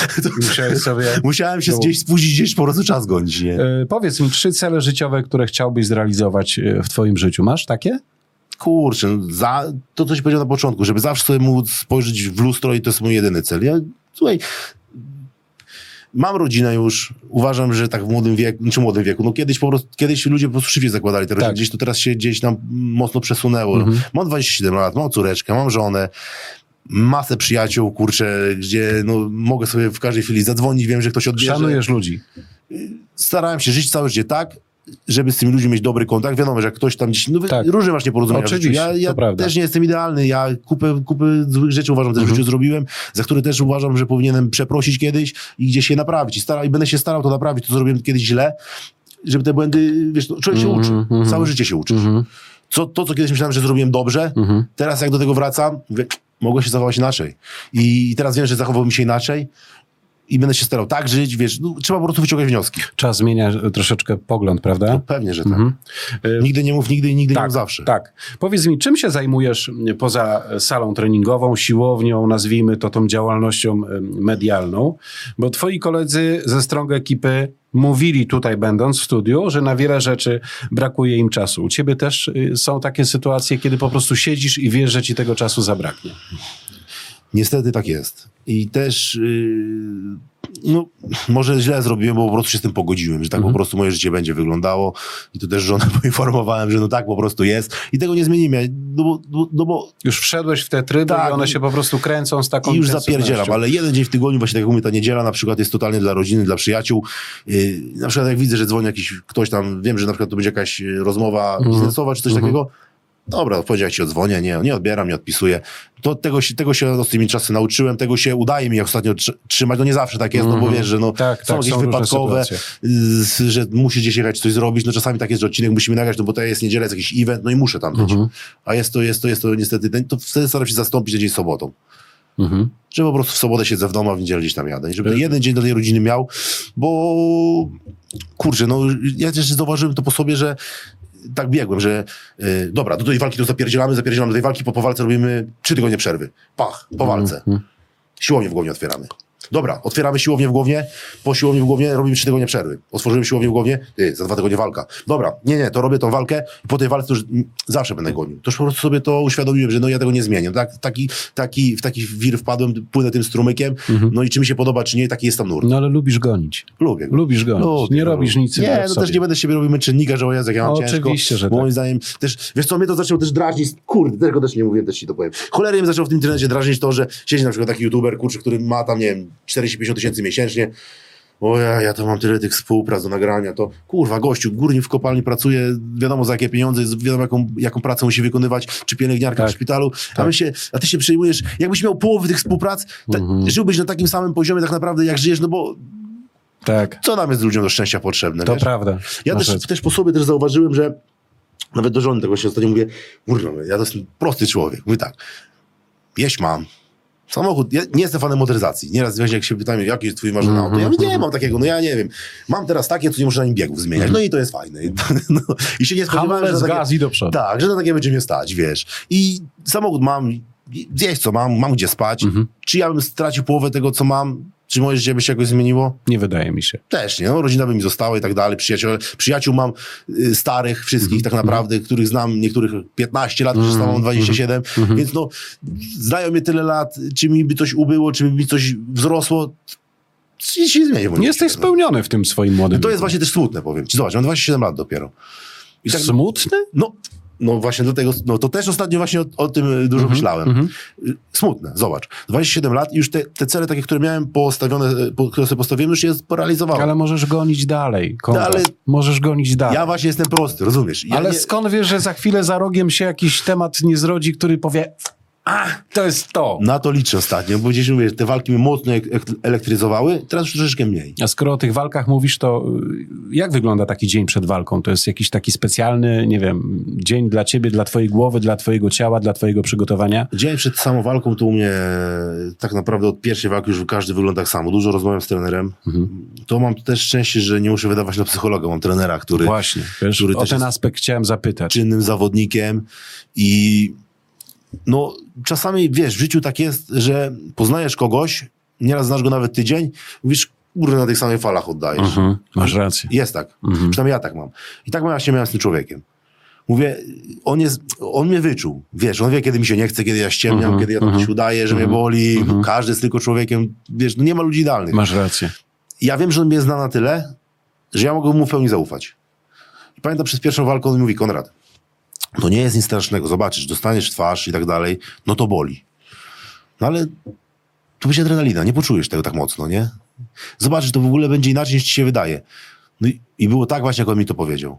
Musiałem się gdzieś spóźnić, gdzieś po prostu czas gonić. Nie? Powiedz mi, 3 cele życiowe, które chciałbyś zrealizować w twoim życiu. Masz takie? Kurczę, to co ci powiedziałem na początku, żeby zawsze sobie móc spojrzeć w lustro i to jest mój jedyny cel. Słuchaj, mam rodzinę już, uważam, że tak w młodym wieku, no kiedyś ludzie po prostu szybciej zakładali te rodziny, gdzieś to teraz się gdzieś tam mocno przesunęło. Mam 27 lat, mam córeczkę, mam żonę, masę przyjaciół, kurczę, gdzie mogę sobie w każdej chwili zadzwonić, wiem, że ktoś odbierze. Szanujesz ludzi. Starałem się żyć całe życie tak, żeby z tymi ludźmi mieć dobry kontakt. Wiadomo, że jak ktoś tam gdzieś... różne masz nieporozumienia. Oczywiście, ja też nie jestem idealny. Ja kupę złych rzeczy uważam też w życiu zrobiłem, za które też uważam, że powinienem przeprosić kiedyś i gdzieś je naprawić. I będę się starał to naprawić, to zrobiłem kiedyś źle, żeby te błędy... Wiesz, człowiek się uczy. Całe życie się uczysz. Co kiedyś myślałem, że zrobiłem dobrze, teraz jak do tego wracam, mówię, mogło się zachować inaczej. I teraz wiem, że zachowałbym się inaczej, i będę się starał tak żyć, wiesz, trzeba po prostu wyciągać wnioski. Czas zmienia troszeczkę pogląd, prawda? No, pewnie, że tak. Nigdy nie mów nigdy i nigdy nie mów zawsze. Tak. Powiedz mi, czym się zajmujesz poza salą treningową, siłownią, nazwijmy to tą działalnością medialną? Bo twoi koledzy ze Strong Ekipy mówili tutaj, będąc w studiu, że na wiele rzeczy brakuje im czasu. U ciebie też są takie sytuacje, kiedy po prostu siedzisz i wiesz, że ci tego czasu zabraknie. Niestety tak jest. I też no, może źle zrobiłem, bo po prostu się z tym pogodziłem, że tak po prostu moje życie będzie wyglądało i to też żonę poinformowałem, że no tak po prostu jest i tego nie zmienimy, no bo Już wszedłeś w te tryby tak, i one się po prostu kręcą z taką i już intensywnością. zapierdzielam, ale jeden dzień w tygodniu, właśnie tak jak mówię, ta niedziela na przykład jest totalnie dla rodziny, dla przyjaciół. Na przykład jak widzę, że dzwoni jakiś ktoś tam, wiem, że na przykład to będzie jakaś rozmowa biznesowa czy coś takiego, dobra, w poniedziałek ci odzwonię, nie odbieram, nie odpisuję. To tego się ostatnimi czasy nauczyłem, tego się udaje mi ostatnio trzymać, no nie zawsze tak jest, no bo wiesz, że no, są jakieś wypadkowe, że musisz gdzieś jechać coś zrobić, no czasami tak jest, że odcinek musimy nagrać, no bo to jest niedziela, jest jakiś event, no i muszę tam być. A jest to niestety, to wtedy staram się zastąpić ten dzień sobotą. Że po prostu w sobotę siedzę w domu, a w niedzielę gdzieś tam jadę. I żeby jeden dzień do tej rodziny miał, bo kurczę, no ja też zauważyłem to po sobie, że tak biegłem, że dobra, do tej walki to zapierdzielamy do tej walki, po walce robimy 3 tygodnie przerwy. Pach, po walce. Siłownię w Głownie otwieramy. Dobra, otwieramy siłownię w Głownie, po siłowni w Głownie robimy 3 tygodnie przerwy. Otworzymy siłownię w Głownie, za 2 tygodnie walka. Dobra, nie, to robię tą walkę i po tej walce to już zawsze będę gonił. To już po prostu sobie to uświadomiłem, że no ja tego nie zmienię. W taki wir wpadłem, płynę tym strumykiem, no i czy mi się podoba, czy nie, taki jest tam nurt. No ale lubisz gonić. Lubię. Lubisz gonić. Nie robisz nic. Nie, no też nie będę z siebie robił męczennika, że o Jezu, jak ja mam ciężko. Oczywiście, że moim zdaniem też, wiesz co, mnie to zaczęło też drażnić, kurde, tego też nie mówiłem, też ci to powiem. Cholernie mnie zaczęło w tym internecie drażnić to, że siedzi na przykład taki youtuber, kurczę, który ma tam, nie wiem, 40-50 tysięcy miesięcznie. O ja to mam tyle tych współprac do nagrania, to kurwa, gościu, górnik w kopalni pracuje, wiadomo za jakie pieniądze, wiadomo jaką pracę musi wykonywać, czy pielęgniarka w szpitalu, a ty się przejmujesz, jakbyś miał połowę tych współprac, żyłbyś na takim samym poziomie tak naprawdę, jak żyjesz, no bo co nam jest ludziom do szczęścia potrzebne, To wiesz? prawda. Ja też po sobie też zauważyłem, że nawet do żony tego się ostatnio mówię, kurwa, ja to jestem prosty człowiek, mówię tak, jeść mam, samochód, ja nie jestem fanem motoryzacji. Nieraz jak się pytają, jaki jest twój marzony auto, ja mówię, nie mam takiego, no ja nie wiem. Mam teraz takie, co nie muszę na nim biegów zmieniać. No i to jest fajne. I się nie spodziewałem, że gaz i do przodu. Tak, że na takie będzie mnie stać, wiesz. I samochód mam, zjeść co mam gdzie spać. Czy ja bym stracił połowę tego, co mam? Czy moje życie by się jakoś zmieniło? Nie wydaje mi się. Też nie, no, rodzina by mi została i tak dalej, przyjaciół mam starych wszystkich tak naprawdę, których znam, niektórych 15 lat, przecież mam 27, więc no, znają mnie tyle lat, czy mi by coś ubyło, czy mi coś wzrosło, nic się nie zmieni. Jesteś spełniony w tym swoim młodym To jest właśnie też smutne, powiem ci. Zobacz, mam 27 lat dopiero. I tak, smutne? No właśnie dlatego, no to też ostatnio właśnie o tym dużo myślałem. Smutne, zobacz. 27 lat i już te cele takie, które miałem postawione, które sobie postawiłem, już je porealizowałem. Ale możesz gonić dalej, możesz gonić dalej. Ja właśnie jestem prosty, rozumiesz? Ale skąd wiesz, że za chwilę za rogiem się jakiś temat nie zrodzi, który powie, to jest to. Na to liczę ostatnio, bo gdzieś mówię, te walki mnie mocno elektryzowały, teraz już troszeczkę mniej. A skoro o tych walkach mówisz, to jak wygląda taki dzień przed walką? To jest jakiś taki specjalny, nie wiem, dzień dla ciebie, dla twojej głowy, dla twojego ciała, dla twojego przygotowania? Dzień przed samą walką to u mnie tak naprawdę od pierwszej walki już każdy wygląda tak samo. Dużo rozmawiam z trenerem. To mam też szczęście, że nie muszę wydawać na psychologa. Mam trenera, który... Właśnie, wiesz, który o ten aspekt chciałem zapytać. Czynnym zawodnikiem i no czasami, wiesz, w życiu tak jest, że poznajesz kogoś, nieraz znasz go nawet tydzień, mówisz, kurde, na tych samych falach oddajesz. Masz rację. Jest tak. Przynajmniej ja tak mam. I tak właśnie miałem z tym człowiekiem. Mówię, on mnie wyczuł. Wiesz, on wie, kiedy mi się nie chce, kiedy ja ściemniam, kiedy ja to coś udaję, że mnie boli. Każdy jest tylko człowiekiem. Wiesz, no nie ma ludzi idealnych. Masz rację. Ja wiem, że on mnie zna na tyle, że ja mogę mu w pełni zaufać. I pamiętam, przez pierwszą walkę on mi mówi, Konrad, to nie jest nic strasznego. Zobaczysz, dostaniesz twarz i tak dalej, no to boli. No ale to będzie adrenalina, nie poczujesz tego tak mocno, nie? Zobaczysz, to w ogóle będzie inaczej, niż ci się wydaje. No i było tak właśnie, jak on mi to powiedział.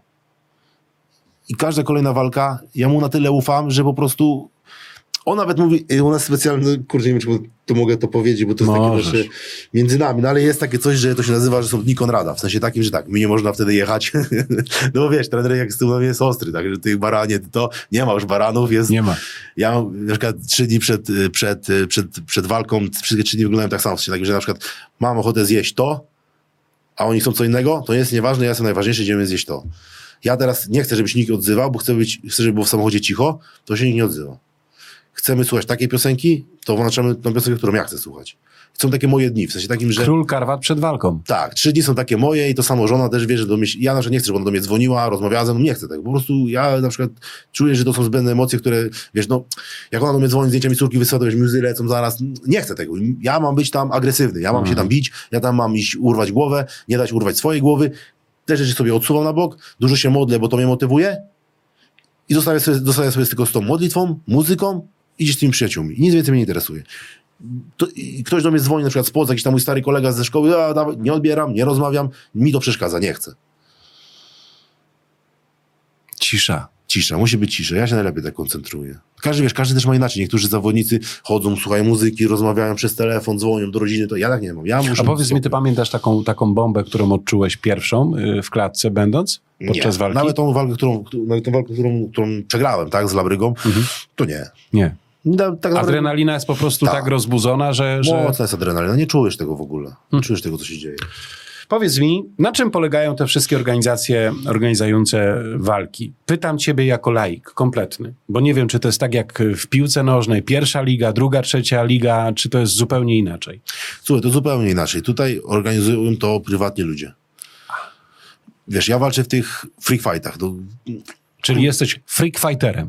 I każda kolejna walka, ja mu na tyle ufam, że po prostu on nawet mówi, u nas specjalnie, kurczę, nie wiem, czy to mogę to powiedzieć, bo to jest takie nasze między nami, no ale jest takie coś, że to się nazywa, że są dni Konrada, w sensie takim, że tak, mi nie można wtedy jechać, no bo wiesz, trener jak z tym jest ostry, tak, że tych baranie, to nie ma już baranów, jest... Nie ma. Ja na przykład 3 dni przed walką, wszystkie 3 dni wyglądają tak samo, w sensie takim, że na przykład mam ochotę zjeść to, a oni chcą co innego, to jest nieważne, ja jestem najważniejszy, idziemy zjeść to. Ja teraz nie chcę, żebyś nikt odzywał, bo chcę, żeby było w samochodzie cicho, to się nikt nie odzywa. chcemy słuchać takiej piosenki, to włączamy tą piosenkę, którą ja chcę słuchać. Są takie moje dni, w sensie takim, że... Król Karwat przed walką. Tak, 3 dni są takie moje i to samo żona też wie, że do mnie... Ja na przykład nie chcę, żeby ona do mnie dzwoniła, rozmawiała ze mną, nie chcę tego. Po prostu ja na przykład czuję, że to są zbędne emocje, które, wiesz, no, jak ona do mnie dzwoni, zdjęcia mi córki wysyła, to wiesz, muzy lecą zaraz. Nie chcę tego. Ja mam być tam agresywny, ja mam się tam bić, ja tam mam iść urwać głowę, nie dać urwać swojej głowy. Te rzeczy sobie odsuwam na bok, dużo się modlę, bo to mnie motywuje i zostawię sobie tylko z tą modlitwą, muzyką i gdzieś z tymi przyjaciółmi. I nic więcej mnie nie interesuje. Ktoś do mnie dzwoni, na przykład spod, jakiś tam mój stary kolega ze szkoły, nie odbieram, nie rozmawiam, mi to przeszkadza, nie chcę. Cisza, musi być cisza, ja się najlepiej tak koncentruję. Każdy też ma inaczej, niektórzy zawodnicy chodzą, słuchają muzyki, rozmawiają przez telefon, dzwonią do rodziny, to ja tak nie mam. A powiedz mi, ty pamiętasz taką bombę, którą odczułeś pierwszą w klatce będąc podczas walki? Nawet tą walkę, którą przegrałem, tak, z Labregą, to nie. Nie. Tak adrenalina jest po prostu tak rozbudzona, że... Mocna jest adrenalina, nie czujesz tego w ogóle. Nie czujesz tego, co się dzieje. Powiedz mi, na czym polegają te wszystkie organizacje organizujące walki? Pytam ciebie jako laik, kompletny, bo nie wiem, czy to jest tak jak w piłce nożnej, 1. liga, 2., 3. liga, czy to jest zupełnie inaczej? Słuchaj, to zupełnie inaczej. Tutaj organizują to prywatnie ludzie. Wiesz, ja walczę w tych freak fightach. Czyli jesteś freak fighterem.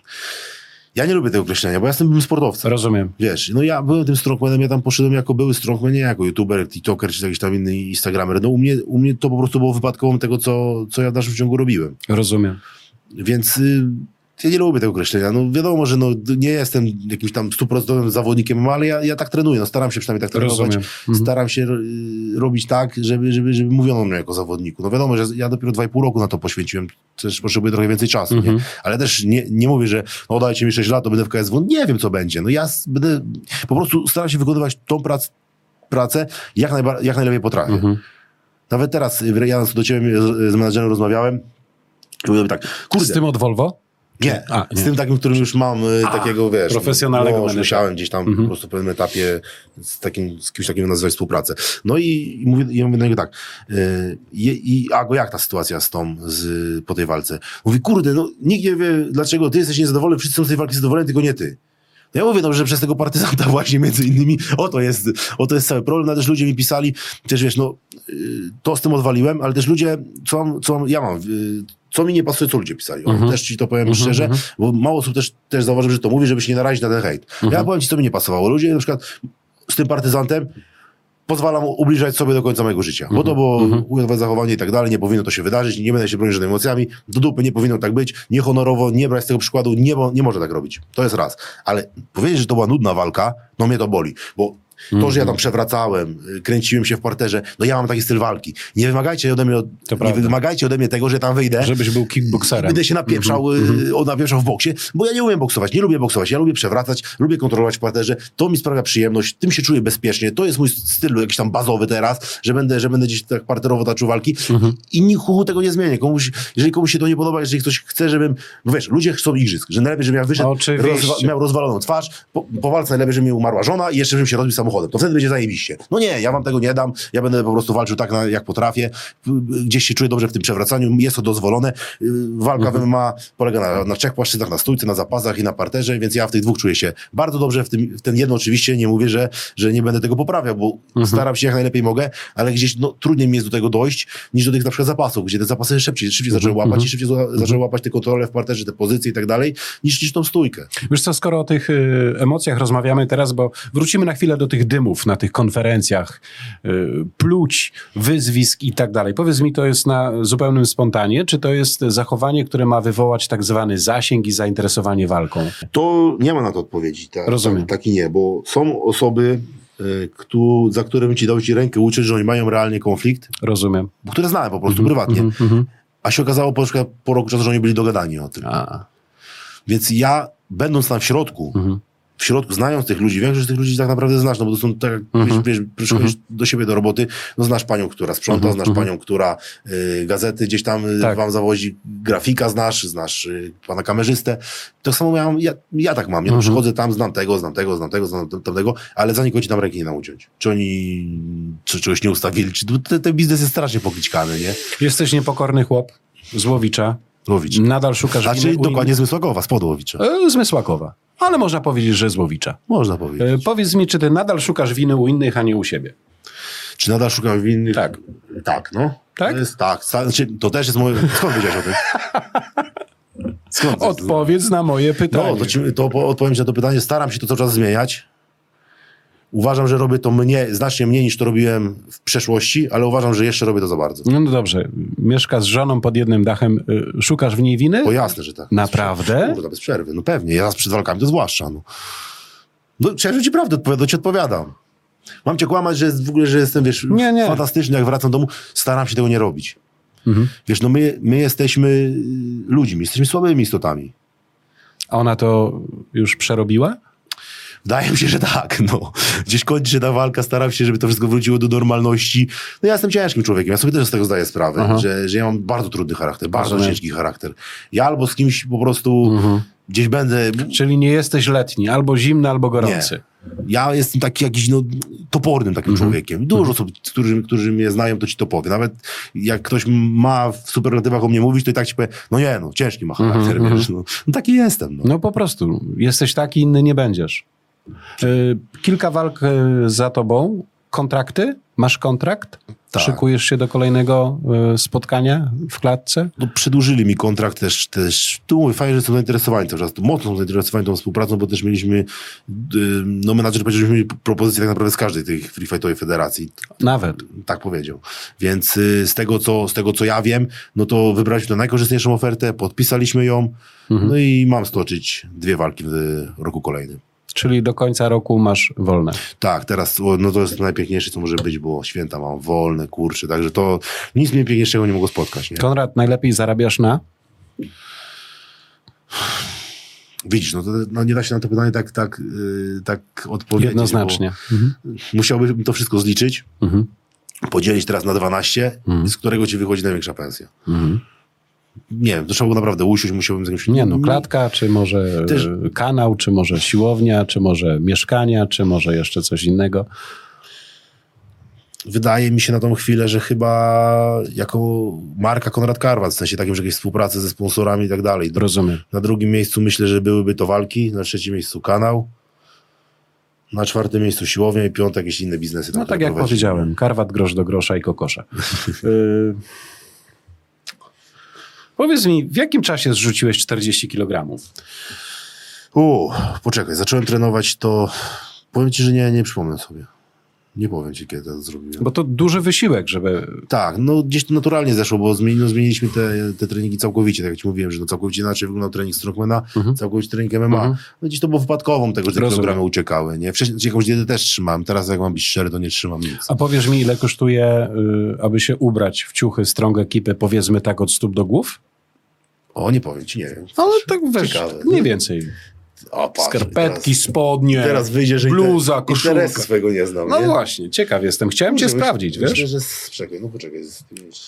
Ja nie lubię tego określenia, bo ja jestem sportowcem. Rozumiem. Wiesz, no ja byłem tym strongmanem, ja tam poszedłem jako były strongman, nie jako youtuber, tiktoker, czy jakiś tam inny instagramer. No u mnie to po prostu było wypadkową tego, co ja w dalszym ciągu robiłem. Rozumiem. Więc ja nie lubię tego określenia. No wiadomo, że nie jestem jakimś tam 100% zawodnikiem, ale ja tak trenuję. No, staram się przynajmniej tak trenować. Staram się robić tak, żeby mówiono o mnie jako zawodniku. No wiadomo, że ja dopiero 2,5 roku na to poświęciłem. Też potrzebuję trochę więcej czasu. Nie? Ale też nie mówię, że no dajcie mi 6 lat, to będę w KSW. Nie wiem, co będzie. No ja będę po prostu staram się wykonywać tą pracę jak najlepiej potrafię. Nawet teraz, ja do ciebie z menadżerem rozmawiałem i mówię tak, kurde. Z tym od Volvo? Nie, z tym takim, którym już mam takiego, wiesz... Profesjonalnego menedżera. Musiałem gdzieś tam po prostu w pewnym etapie z kimś takim nazywać współpracę. No i mówię do niego tak, Ago, jak ta sytuacja po tej walce? Mówi, kurde, no nikt nie wie, dlaczego ty jesteś niezadowolony, wszyscy są z tej walki zadowoleni, tylko nie ty. No ja mówię, no, że przez tego partyzanta właśnie między innymi, oto jest cały problem, ale też ludzie mi pisali, też wiesz, no, to z tym odwaliłem, ale też ludzie, co mi nie pasuje, co ludzie pisali. Też ci to powiem szczerze, bo mało osób też zauważyłem, że to mówi, żeby się nie narazić na ten hejt. Ja powiem ci, co mi nie pasowało. Ludzie na przykład z tym partyzantem pozwalam ubliżać sobie do końca mojego życia. Bo to było ujątkowe zachowanie i tak dalej, nie powinno to się wydarzyć, nie będę się bronić żadnymi emocjami, do dupy nie powinno tak być, niehonorowo, nie brać z tego przykładu, nie może tak robić. To jest raz. Ale powiedzieć, że to była nudna walka, no mnie to boli, bo to, że ja tam przewracałem, kręciłem się w parterze, no ja mam taki styl walki. Nie wymagajcie ode mnie tego, że tam wyjdę. Żebyś był kickboxerem. Będę się napieprzał w boksie, bo ja nie umiem boksować, nie lubię boksować, ja lubię przewracać, lubię kontrolować w parterze, to mi sprawia przyjemność, tym się czuję bezpiecznie, to jest mój styl jakiś tam bazowy teraz, że będę gdzieś tak parterowo taczył walki i nikt tego nie zmieni. Jeżeli komuś się to nie podoba, jeżeli ktoś chce, żebym, no wiesz, ludzie chcą igrzysk, że najlepiej, żebym ja wyszedł, miał rozwaloną twarz, po walce najlepiej, żeby mi umarła żona i jeszcze żebym się rozbił samochodem. To wtedy będzie zajebiście. No nie, ja wam tego nie dam, ja będę po prostu walczył tak, jak potrafię. Gdzieś się czuję dobrze w tym przewracaniu, jest to dozwolone. Walka w MMA polega na 3 płaszczyznach, na stójce, na zapasach i na parterze, więc ja w tych 2 czuję się bardzo dobrze. W ten jedno oczywiście nie mówię, że nie będę tego poprawiał, bo staram się jak najlepiej mogę, ale gdzieś trudniej mi jest do tego dojść, niż do tych na przykład zapasów, gdzie te zapasy szybciej zaczęły łapać i szybciej zaczęły łapać te kontrole w parterze, te pozycje i tak dalej, niż tą stójkę. Wiesz co, skoro o tych emocjach rozmawiamy teraz, bo wrócimy na chwilę do tych dymów na tych konferencjach, pluć, wyzwisk i tak dalej. Powiedz mi, to jest na zupełnym spontanie, czy to jest zachowanie, które ma wywołać tak zwany zasięg i zainteresowanie walką? To nie ma na to odpowiedzi. Rozumiem. Tak i nie, bo są osoby, za które bym ci dał rękę uczyć, że oni mają realnie konflikt. Rozumiem. Które znałem po prostu prywatnie. A się okazało po roku czasu, że oni byli dogadani o tym. Więc ja, będąc tam w środku, znając tych ludzi, większość tych ludzi tak naprawdę znasz, no bo to są tak, przychodzisz do siebie do roboty, no znasz panią, która sprząta, znasz panią, która gazety gdzieś tam wam zawozi, grafika znasz pana kamerzystę. To samo ja tak mam. Ja przychodzę tam, znam tego, znam tamtego, ale za nikogo ci tam ręki nie nauciąć. Czy oni czegoś nie ustawili, czy ten biznes jest strasznie pokiczkany, nie? Jesteś niepokorny chłop z Łowicza. Łowicz. Nadal szukasz... Dokładnie z Mysłakowa, spod Łowicza. Z Mysłakowa. ale można powiedzieć, że z Łowicza. Można powiedzieć. Powiedz mi, czy ty nadal szukasz winy u innych, a nie u siebie? Czy nadal szukam winnych? Tak. Tak, no. Tak? To jest, tak. Znaczy, to też jest moje... Skąd wiedziałeś o tym? Skąd? Odpowiedz na moje pytanie. No, to odpowiem ci na to pytanie. Staram się to cały czas zmieniać. Uważam, że robię to znacznie mniej niż to robiłem w przeszłości, ale uważam, że jeszcze robię to za bardzo. No dobrze. Mieszkasz z żoną pod jednym dachem. Szukasz w niej winy? O jasne, że tak. Naprawdę? Kurde, bez przerwy. No pewnie. Ja przed walkami to zwłaszcza. No szczerze ci prawdę odpowiadam. Mam cię kłamać, że w ogóle, że jestem, wiesz, Nie. fantastyczny, jak wracam do domu. Staram się tego nie robić. Wiesz, no my jesteśmy ludźmi, jesteśmy słabymi istotami. A ona to już przerobiła? Wydaje mi się, że tak, no. Gdzieś kończy się ta walka, staram się, żeby to wszystko wróciło do normalności. No ja jestem ciężkim człowiekiem, ja sobie też z tego zdaję sprawę, że ja mam bardzo trudny charakter, bardzo ciężki charakter. Ja albo z kimś po prostu gdzieś będę... Czyli nie jesteś letni, albo zimny, albo gorący. Nie. Ja jestem taki jakiś, topornym takim człowiekiem. Dużo osób, którzy mnie znają, to ci to powie. Nawet jak ktoś ma w superlatywach o mnie mówić, to i tak ci powie, ciężki ma charakter, wiesz, no taki jestem. No po prostu. Jesteś taki, inny nie będziesz. Kilka walk za tobą. Kontrakty? Masz kontrakt? Tak. Szykujesz się do kolejnego spotkania w klatce? No, przedłużyli mi kontrakt też. Tu mówię, fajnie, że są zainteresowani cały czas. Mocno są zainteresowani tą współpracą, bo też mieliśmy, menadżer powiedział, że mieli propozycje tak naprawdę z każdej tej free fightowej federacji. Nawet. Tak powiedział. Więc z tego, co ja wiem, no to wybraliśmy tę najkorzystniejszą ofertę, podpisaliśmy ją, no i mam stoczyć 2 walki w roku kolejnym. Czyli do końca roku masz wolne. Tak, teraz to jest najpiękniejsze, co może być, bo święta mam wolne, kurczę, także to nic mnie piękniejszego nie mogło spotkać. Nie? Konrad, najlepiej zarabiasz na? Widzisz, nie da się na to pytanie tak odpowiedzieć. Jednoznacznie. Musiałbym to wszystko zliczyć, podzielić teraz na 12, z którego ci wychodzi największa pensja. Nie wiem, to trzeba było naprawdę usiąść, musiałbym z jakimś... klatka, czy może kanał, czy może siłownia, czy może mieszkania, czy może jeszcze coś innego. Wydaje mi się na tą chwilę, że chyba jako marka Konrad Karwat, w sensie takim, że jakieś współprace ze sponsorami i tak dalej. Rozumiem. Na drugim miejscu myślę, że byłyby to walki, na trzecim miejscu kanał, na 4. miejscu siłownia i 5. jakieś inne biznesy. No tak jak powiedziałem, Karwat, grosz do grosza i kokosza. Powiedz mi, w jakim czasie zrzuciłeś 40 kg? Poczekaj, zacząłem trenować to... Powiem ci, że nie przypomnę sobie. Nie powiem ci, kiedy to zrobiłem. Bo to duży wysiłek, żeby... Tak, gdzieś to naturalnie zeszło, bo zmieniliśmy te treningi całkowicie, tak jak ci mówiłem, że całkowicie inaczej wyglądał trening strongmana, całkowicie trening MMA. Gdzieś to było wypadkową tego, że te kilogramy uciekały. Nie? Wcześniej jakąś dietę też trzymałem, teraz jak mam być szczery, to nie trzymam nic. A powiesz mi, ile kosztuje, aby się ubrać w ciuchy strong ekipy, powiedzmy tak od stóp do głów? Nie powiem ci, nie wiem. Ale tak wiesz, ciekawe. Mniej więcej. Skarpetki, spodnie, teraz wyjdzie, że bluza, koszulka. Interesu swego nie znam. No właśnie, ciekaw jestem. Chciałem cię sprawdzić, wiesz? Myślę, że poczekaj, jest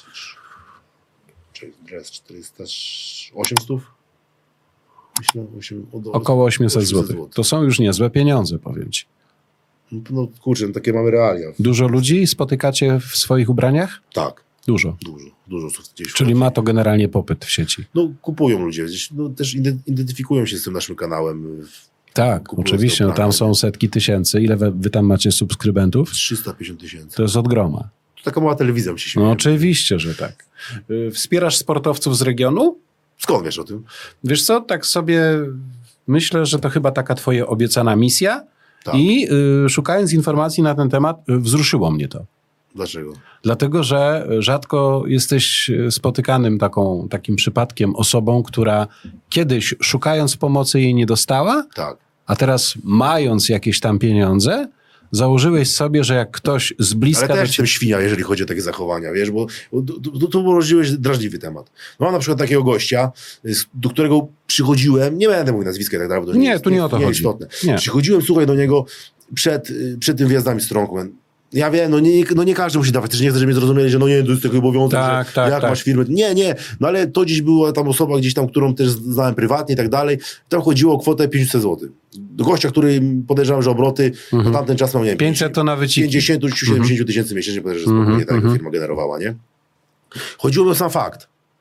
400, 800? Myślę, Około 800 zł. To są już niezłe pieniądze, powiem ci. No kurczę, takie mamy realia. Dużo ludzi spotykacie w swoich ubraniach? Tak. Dużo. Dużo gdzieś. Czyli ma to generalnie popyt w sieci. Kupują ludzie. Też identyfikują się z tym naszym kanałem. Tak, oczywiście. Tam są setki tysięcy. Ile wy tam macie subskrybentów? 350 000. To jest od groma. To taka mała telewizja, mi się śmieje. No oczywiście, że tak. Wspierasz sportowców z regionu? Skąd wiesz o tym? Wiesz co, tak sobie myślę, że to chyba taka twoja obiecana misja. Tak. I szukając informacji na ten temat, wzruszyło mnie to. Dlaczego? Dlatego, że rzadko jesteś spotykanym takim przypadkiem osobą, która kiedyś szukając pomocy jej nie dostała, tak. A teraz mając jakieś tam pieniądze, założyłeś sobie, że jak ktoś z bliska... Ale też jestem świnia, jeżeli chodzi o takie zachowania, wiesz, bo tu urodziłeś drażliwy temat. Mam na przykład takiego gościa, do którego przychodziłem, nie będę mówił nazwiska i tak dalej, bo to nie o to chodzi. Istotne. Nie. Przychodziłem, słuchaj, do niego przed tym wjazdami Strongman. Ja wiem, nie każdy musi dawać, też nie chcę, żeby mnie zrozumieli, że to jest taki obowiązek, jak masz firmę. Nie, ale to gdzieś była tam osoba gdzieś tam, którą też znałem prywatnie i tak dalej. Tam chodziło o kwotę 500 zł. Do gościa, który podejrzewam, że obroty na tamten czas mam, nie wiem, 500 to na wyciki. 50-70 tysięcy miesięcznie, podejrzewam, że spokojnie ta firma generowała, nie? Chodziło o sam fakt.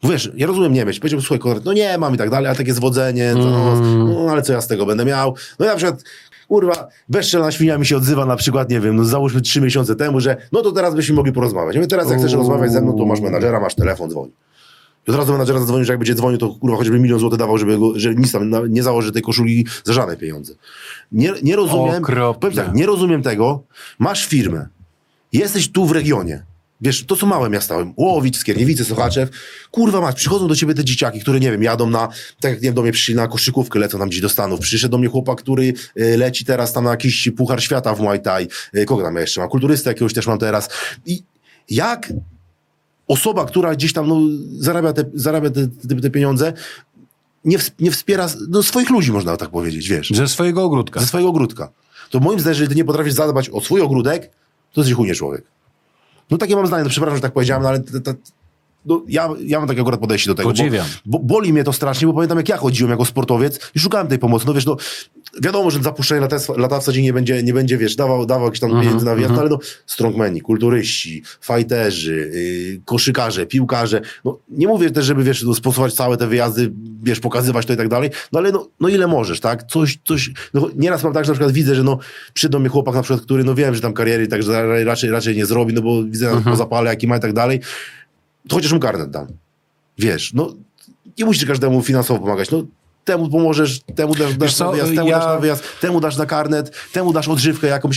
Wiesz, ja rozumiem Niemiec, powiedział, słuchaj, Konrad, no nie mam i tak dalej, a takie zwodzenie, no ale co ja z tego będę miał? No i na przykład, kurwa, bezczelna świnia mi się odzywa na przykład, nie wiem, no załóżmy 3 miesiące temu, że no to teraz byśmy mogli porozmawiać. Ja mówię, teraz jak chcesz rozmawiać ze mną, to masz menadżera, masz telefon, dzwoń. I od razu do menadżera zadzwonił, że jak będzie dzwonił, to kurwa choćby 1 000 000 złotych dawał, że nic tam nie założy tej koszuli za żadne pieniądze. Nie rozumiem, powiem tak, nie rozumiem tego, masz firmę, jesteś tu w regionie, wiesz, to są małe miasta, Łowicz, Skierniewice, Sochaczew, kurwa mać, przychodzą do ciebie te dzieciaki, które, nie wiem, jadą na, tak jak nie wiem, do mnie przyszli na koszykówkę, lecą tam gdzieś do Stanów, przyszedł do mnie chłopak, który leci teraz tam na jakiś puchar świata w Muay Thai, kogo tam ja jeszcze mam, kulturystę jakiegoś też mam teraz i jak osoba, która gdzieś tam zarabia te pieniądze, nie wspiera swoich ludzi, można tak powiedzieć, wiesz. Ze swojego ogródka. Ze swojego ogródka. To moim zdaniem, jeżeli ty nie potrafisz zadbać o swój ogródek, to jesteś chujnie człowiek. No takie mam zdanie, no przepraszam, że tak powiedziałem, no ale no, ja mam takie akurat podejście do tego. Podziwiam. Bo boli mnie to strasznie, bo pamiętam jak ja chodziłem jako sportowiec i szukałem tej pomocy. No wiesz, no wiadomo, że zapuszczenie latawca dzień nie będzie, wiesz, dawał jakieś tam pieniędzy na wjazd, ale no strongmeni, kulturyści, fighterzy, koszykarze, piłkarze, no nie mówię też, żeby wiesz, sponsować całe te wyjazdy, wiesz, pokazywać to i tak dalej, no ale no ile możesz, tak? Coś, no nieraz mam tak, że na przykład widzę, że no przyjdą mnie chłopak na przykład, który no wiem, że tam kariery tak raczej nie zrobi, no bo widzę po zapale, jaki ma i tak dalej, to chociaż mu karnet dam. Wiesz, no nie musisz każdemu finansowo pomagać, no temu pomożesz, temu dasz na wyjazd, temu dasz na wyjazd, temu dasz na karnet, temu dasz odżywkę jakąś.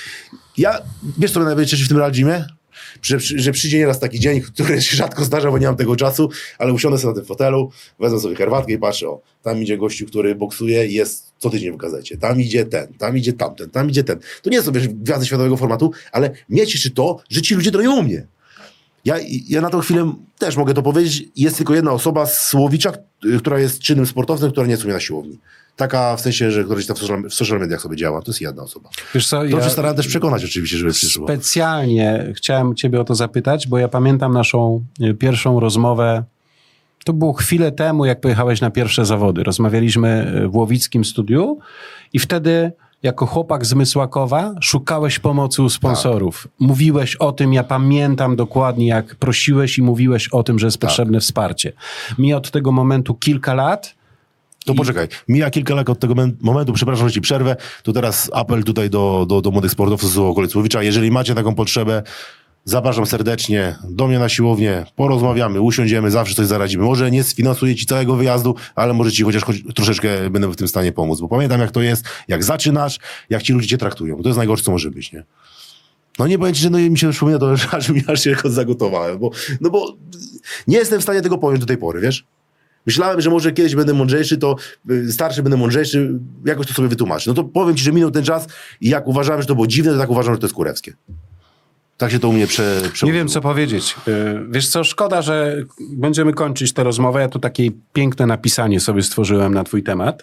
Wiesz co najbardziej w tym Realgymie? Że przyjdzie nieraz taki dzień, który się rzadko zdarza, bo nie mam tego czasu, ale usiądę sobie na tym fotelu, wezmę sobie herbatkę i patrzę, o, tam idzie gościu, który boksuje i jest co tydzień w gazecie, tam idzie ten, tam idzie tamten, tam idzie ten. To nie są, wiesz, gwiazdy światowego formatu, ale mnie cieszy to, że ci ludzie trochę u mnie. Ja na tą chwilę też mogę to powiedzieć, jest tylko jedna osoba z Łowicza, która jest czynnym sportowcem, która nie jest u mnie na siłowni. Taka w sensie, że ktoś tam w social mediach sobie działa. To jest jedna osoba. Wiesz co, to się starałem też przekonać oczywiście, żeby przyszło. Specjalnie chciałem ciebie o to zapytać, bo ja pamiętam naszą pierwszą rozmowę. To było chwilę temu, jak pojechałeś na pierwsze zawody. Rozmawialiśmy w łowickim studiu i wtedy jako chłopak z Mysłakowa szukałeś pomocy u sponsorów. Tak. Mówiłeś o tym, ja pamiętam dokładnie, jak prosiłeś i mówiłeś o tym, że jest potrzebne wsparcie. Mija od tego momentu kilka lat. To poczekaj, mija kilka lat od tego momentu, przepraszam, że ci przerwę, to teraz apel tutaj do młodych sportowców z okolic Łowicza. Jeżeli macie taką potrzebę, zapraszam serdecznie do mnie na siłownię, porozmawiamy, usiądziemy, zawsze coś zaradzimy. Może nie sfinansuję ci całego wyjazdu, ale może ci chociaż troszeczkę będę w tym stanie pomóc, bo pamiętam jak to jest, jak zaczynasz, jak ci ludzie cię traktują. To jest najgorsze, co może być, nie? No nie powiem ci, że mi się przypomina to, że aż się zagotowałem, bo nie jestem w stanie tego pojąć do tej pory, wiesz? Myślałem, że może kiedyś będę mądrzejszy, to starszy będę mądrzejszy, jakoś to sobie wytłumaczę. No to powiem ci, że minął ten czas i jak uważałem, że to było dziwne, to tak uważam, że to jest kurewskie. Tak się to u mnie Nie wiem, co powiedzieć. Wiesz co, szkoda, że będziemy kończyć tę rozmowę. Ja tu takie piękne napisanie sobie stworzyłem na twój temat.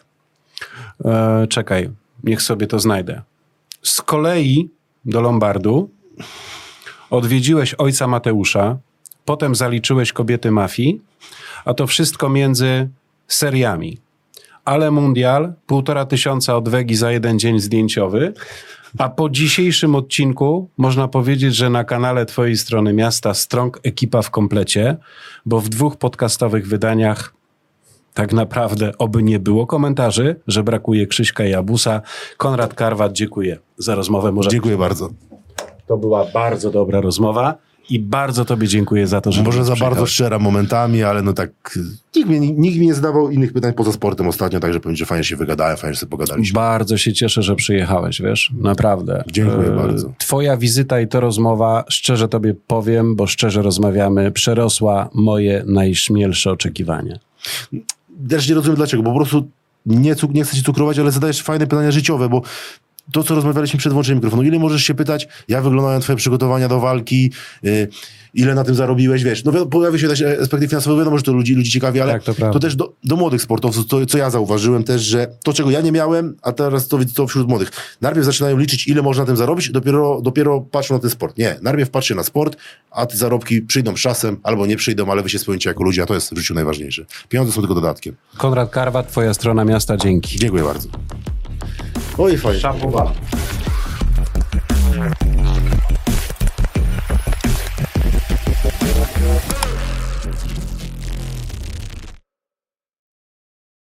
Czekaj, niech sobie to znajdę. Z kolei do Lombardu odwiedziłeś ojca Mateusza, potem zaliczyłeś kobiety mafii, a to wszystko między seriami. Ale Mundial, 1500 odwegi za 1 dzień zdjęciowy, a po dzisiejszym odcinku można powiedzieć, że na kanale twojej strony miasta Strong ekipa w komplecie, bo w 2 podcastowych wydaniach tak naprawdę oby nie było komentarzy, że brakuje Krzyśka i Abusa. Konrad Karwat, dziękuję za rozmowę. Dziękuję bardzo. To była bardzo dobra rozmowa. I bardzo tobie dziękuję za to, że... Może za bardzo szczera momentami, ale no tak... Nikt mi nie zadawał innych pytań poza sportem ostatnio, także powiem, że fajnie się wygadałem, fajnie sobie pogadaliśmy. Bardzo się cieszę, że przyjechałeś, wiesz, naprawdę. Dziękuję bardzo. Twoja wizyta i to rozmowa, szczerze tobie powiem, bo szczerze rozmawiamy, przerosła moje najśmielsze oczekiwania. Też nie rozumiem dlaczego, bo po prostu nie chcę ci cukrować, ale zadajesz fajne pytania życiowe, bo to, co rozmawialiśmy przed włączeniem mikrofonu, ile możesz się pytać, jak wyglądają twoje przygotowania do walki, ile na tym zarobiłeś, wiesz, no pojawi się też aspekty finansowe, wiadomo, że to ludzi ciekawi, ale tak, to też do młodych sportowców, co ja zauważyłem też, że to, czego ja nie miałem, a teraz to widzę to wśród młodych, najpierw zaczynają liczyć, ile można na tym zarobić, dopiero patrzą na ten sport. Nie, najpierw patrzcie na sport, a te zarobki przyjdą z czasem, albo nie przyjdą, ale wy się spełnicie jako ludzie, a to jest w życiu najważniejsze. Pieniądze są tylko dodatkiem. Konrad Karwat, twoja strona miasta, dzięki. Dziękuję bardzo. Oj, fajnie. Szapowa.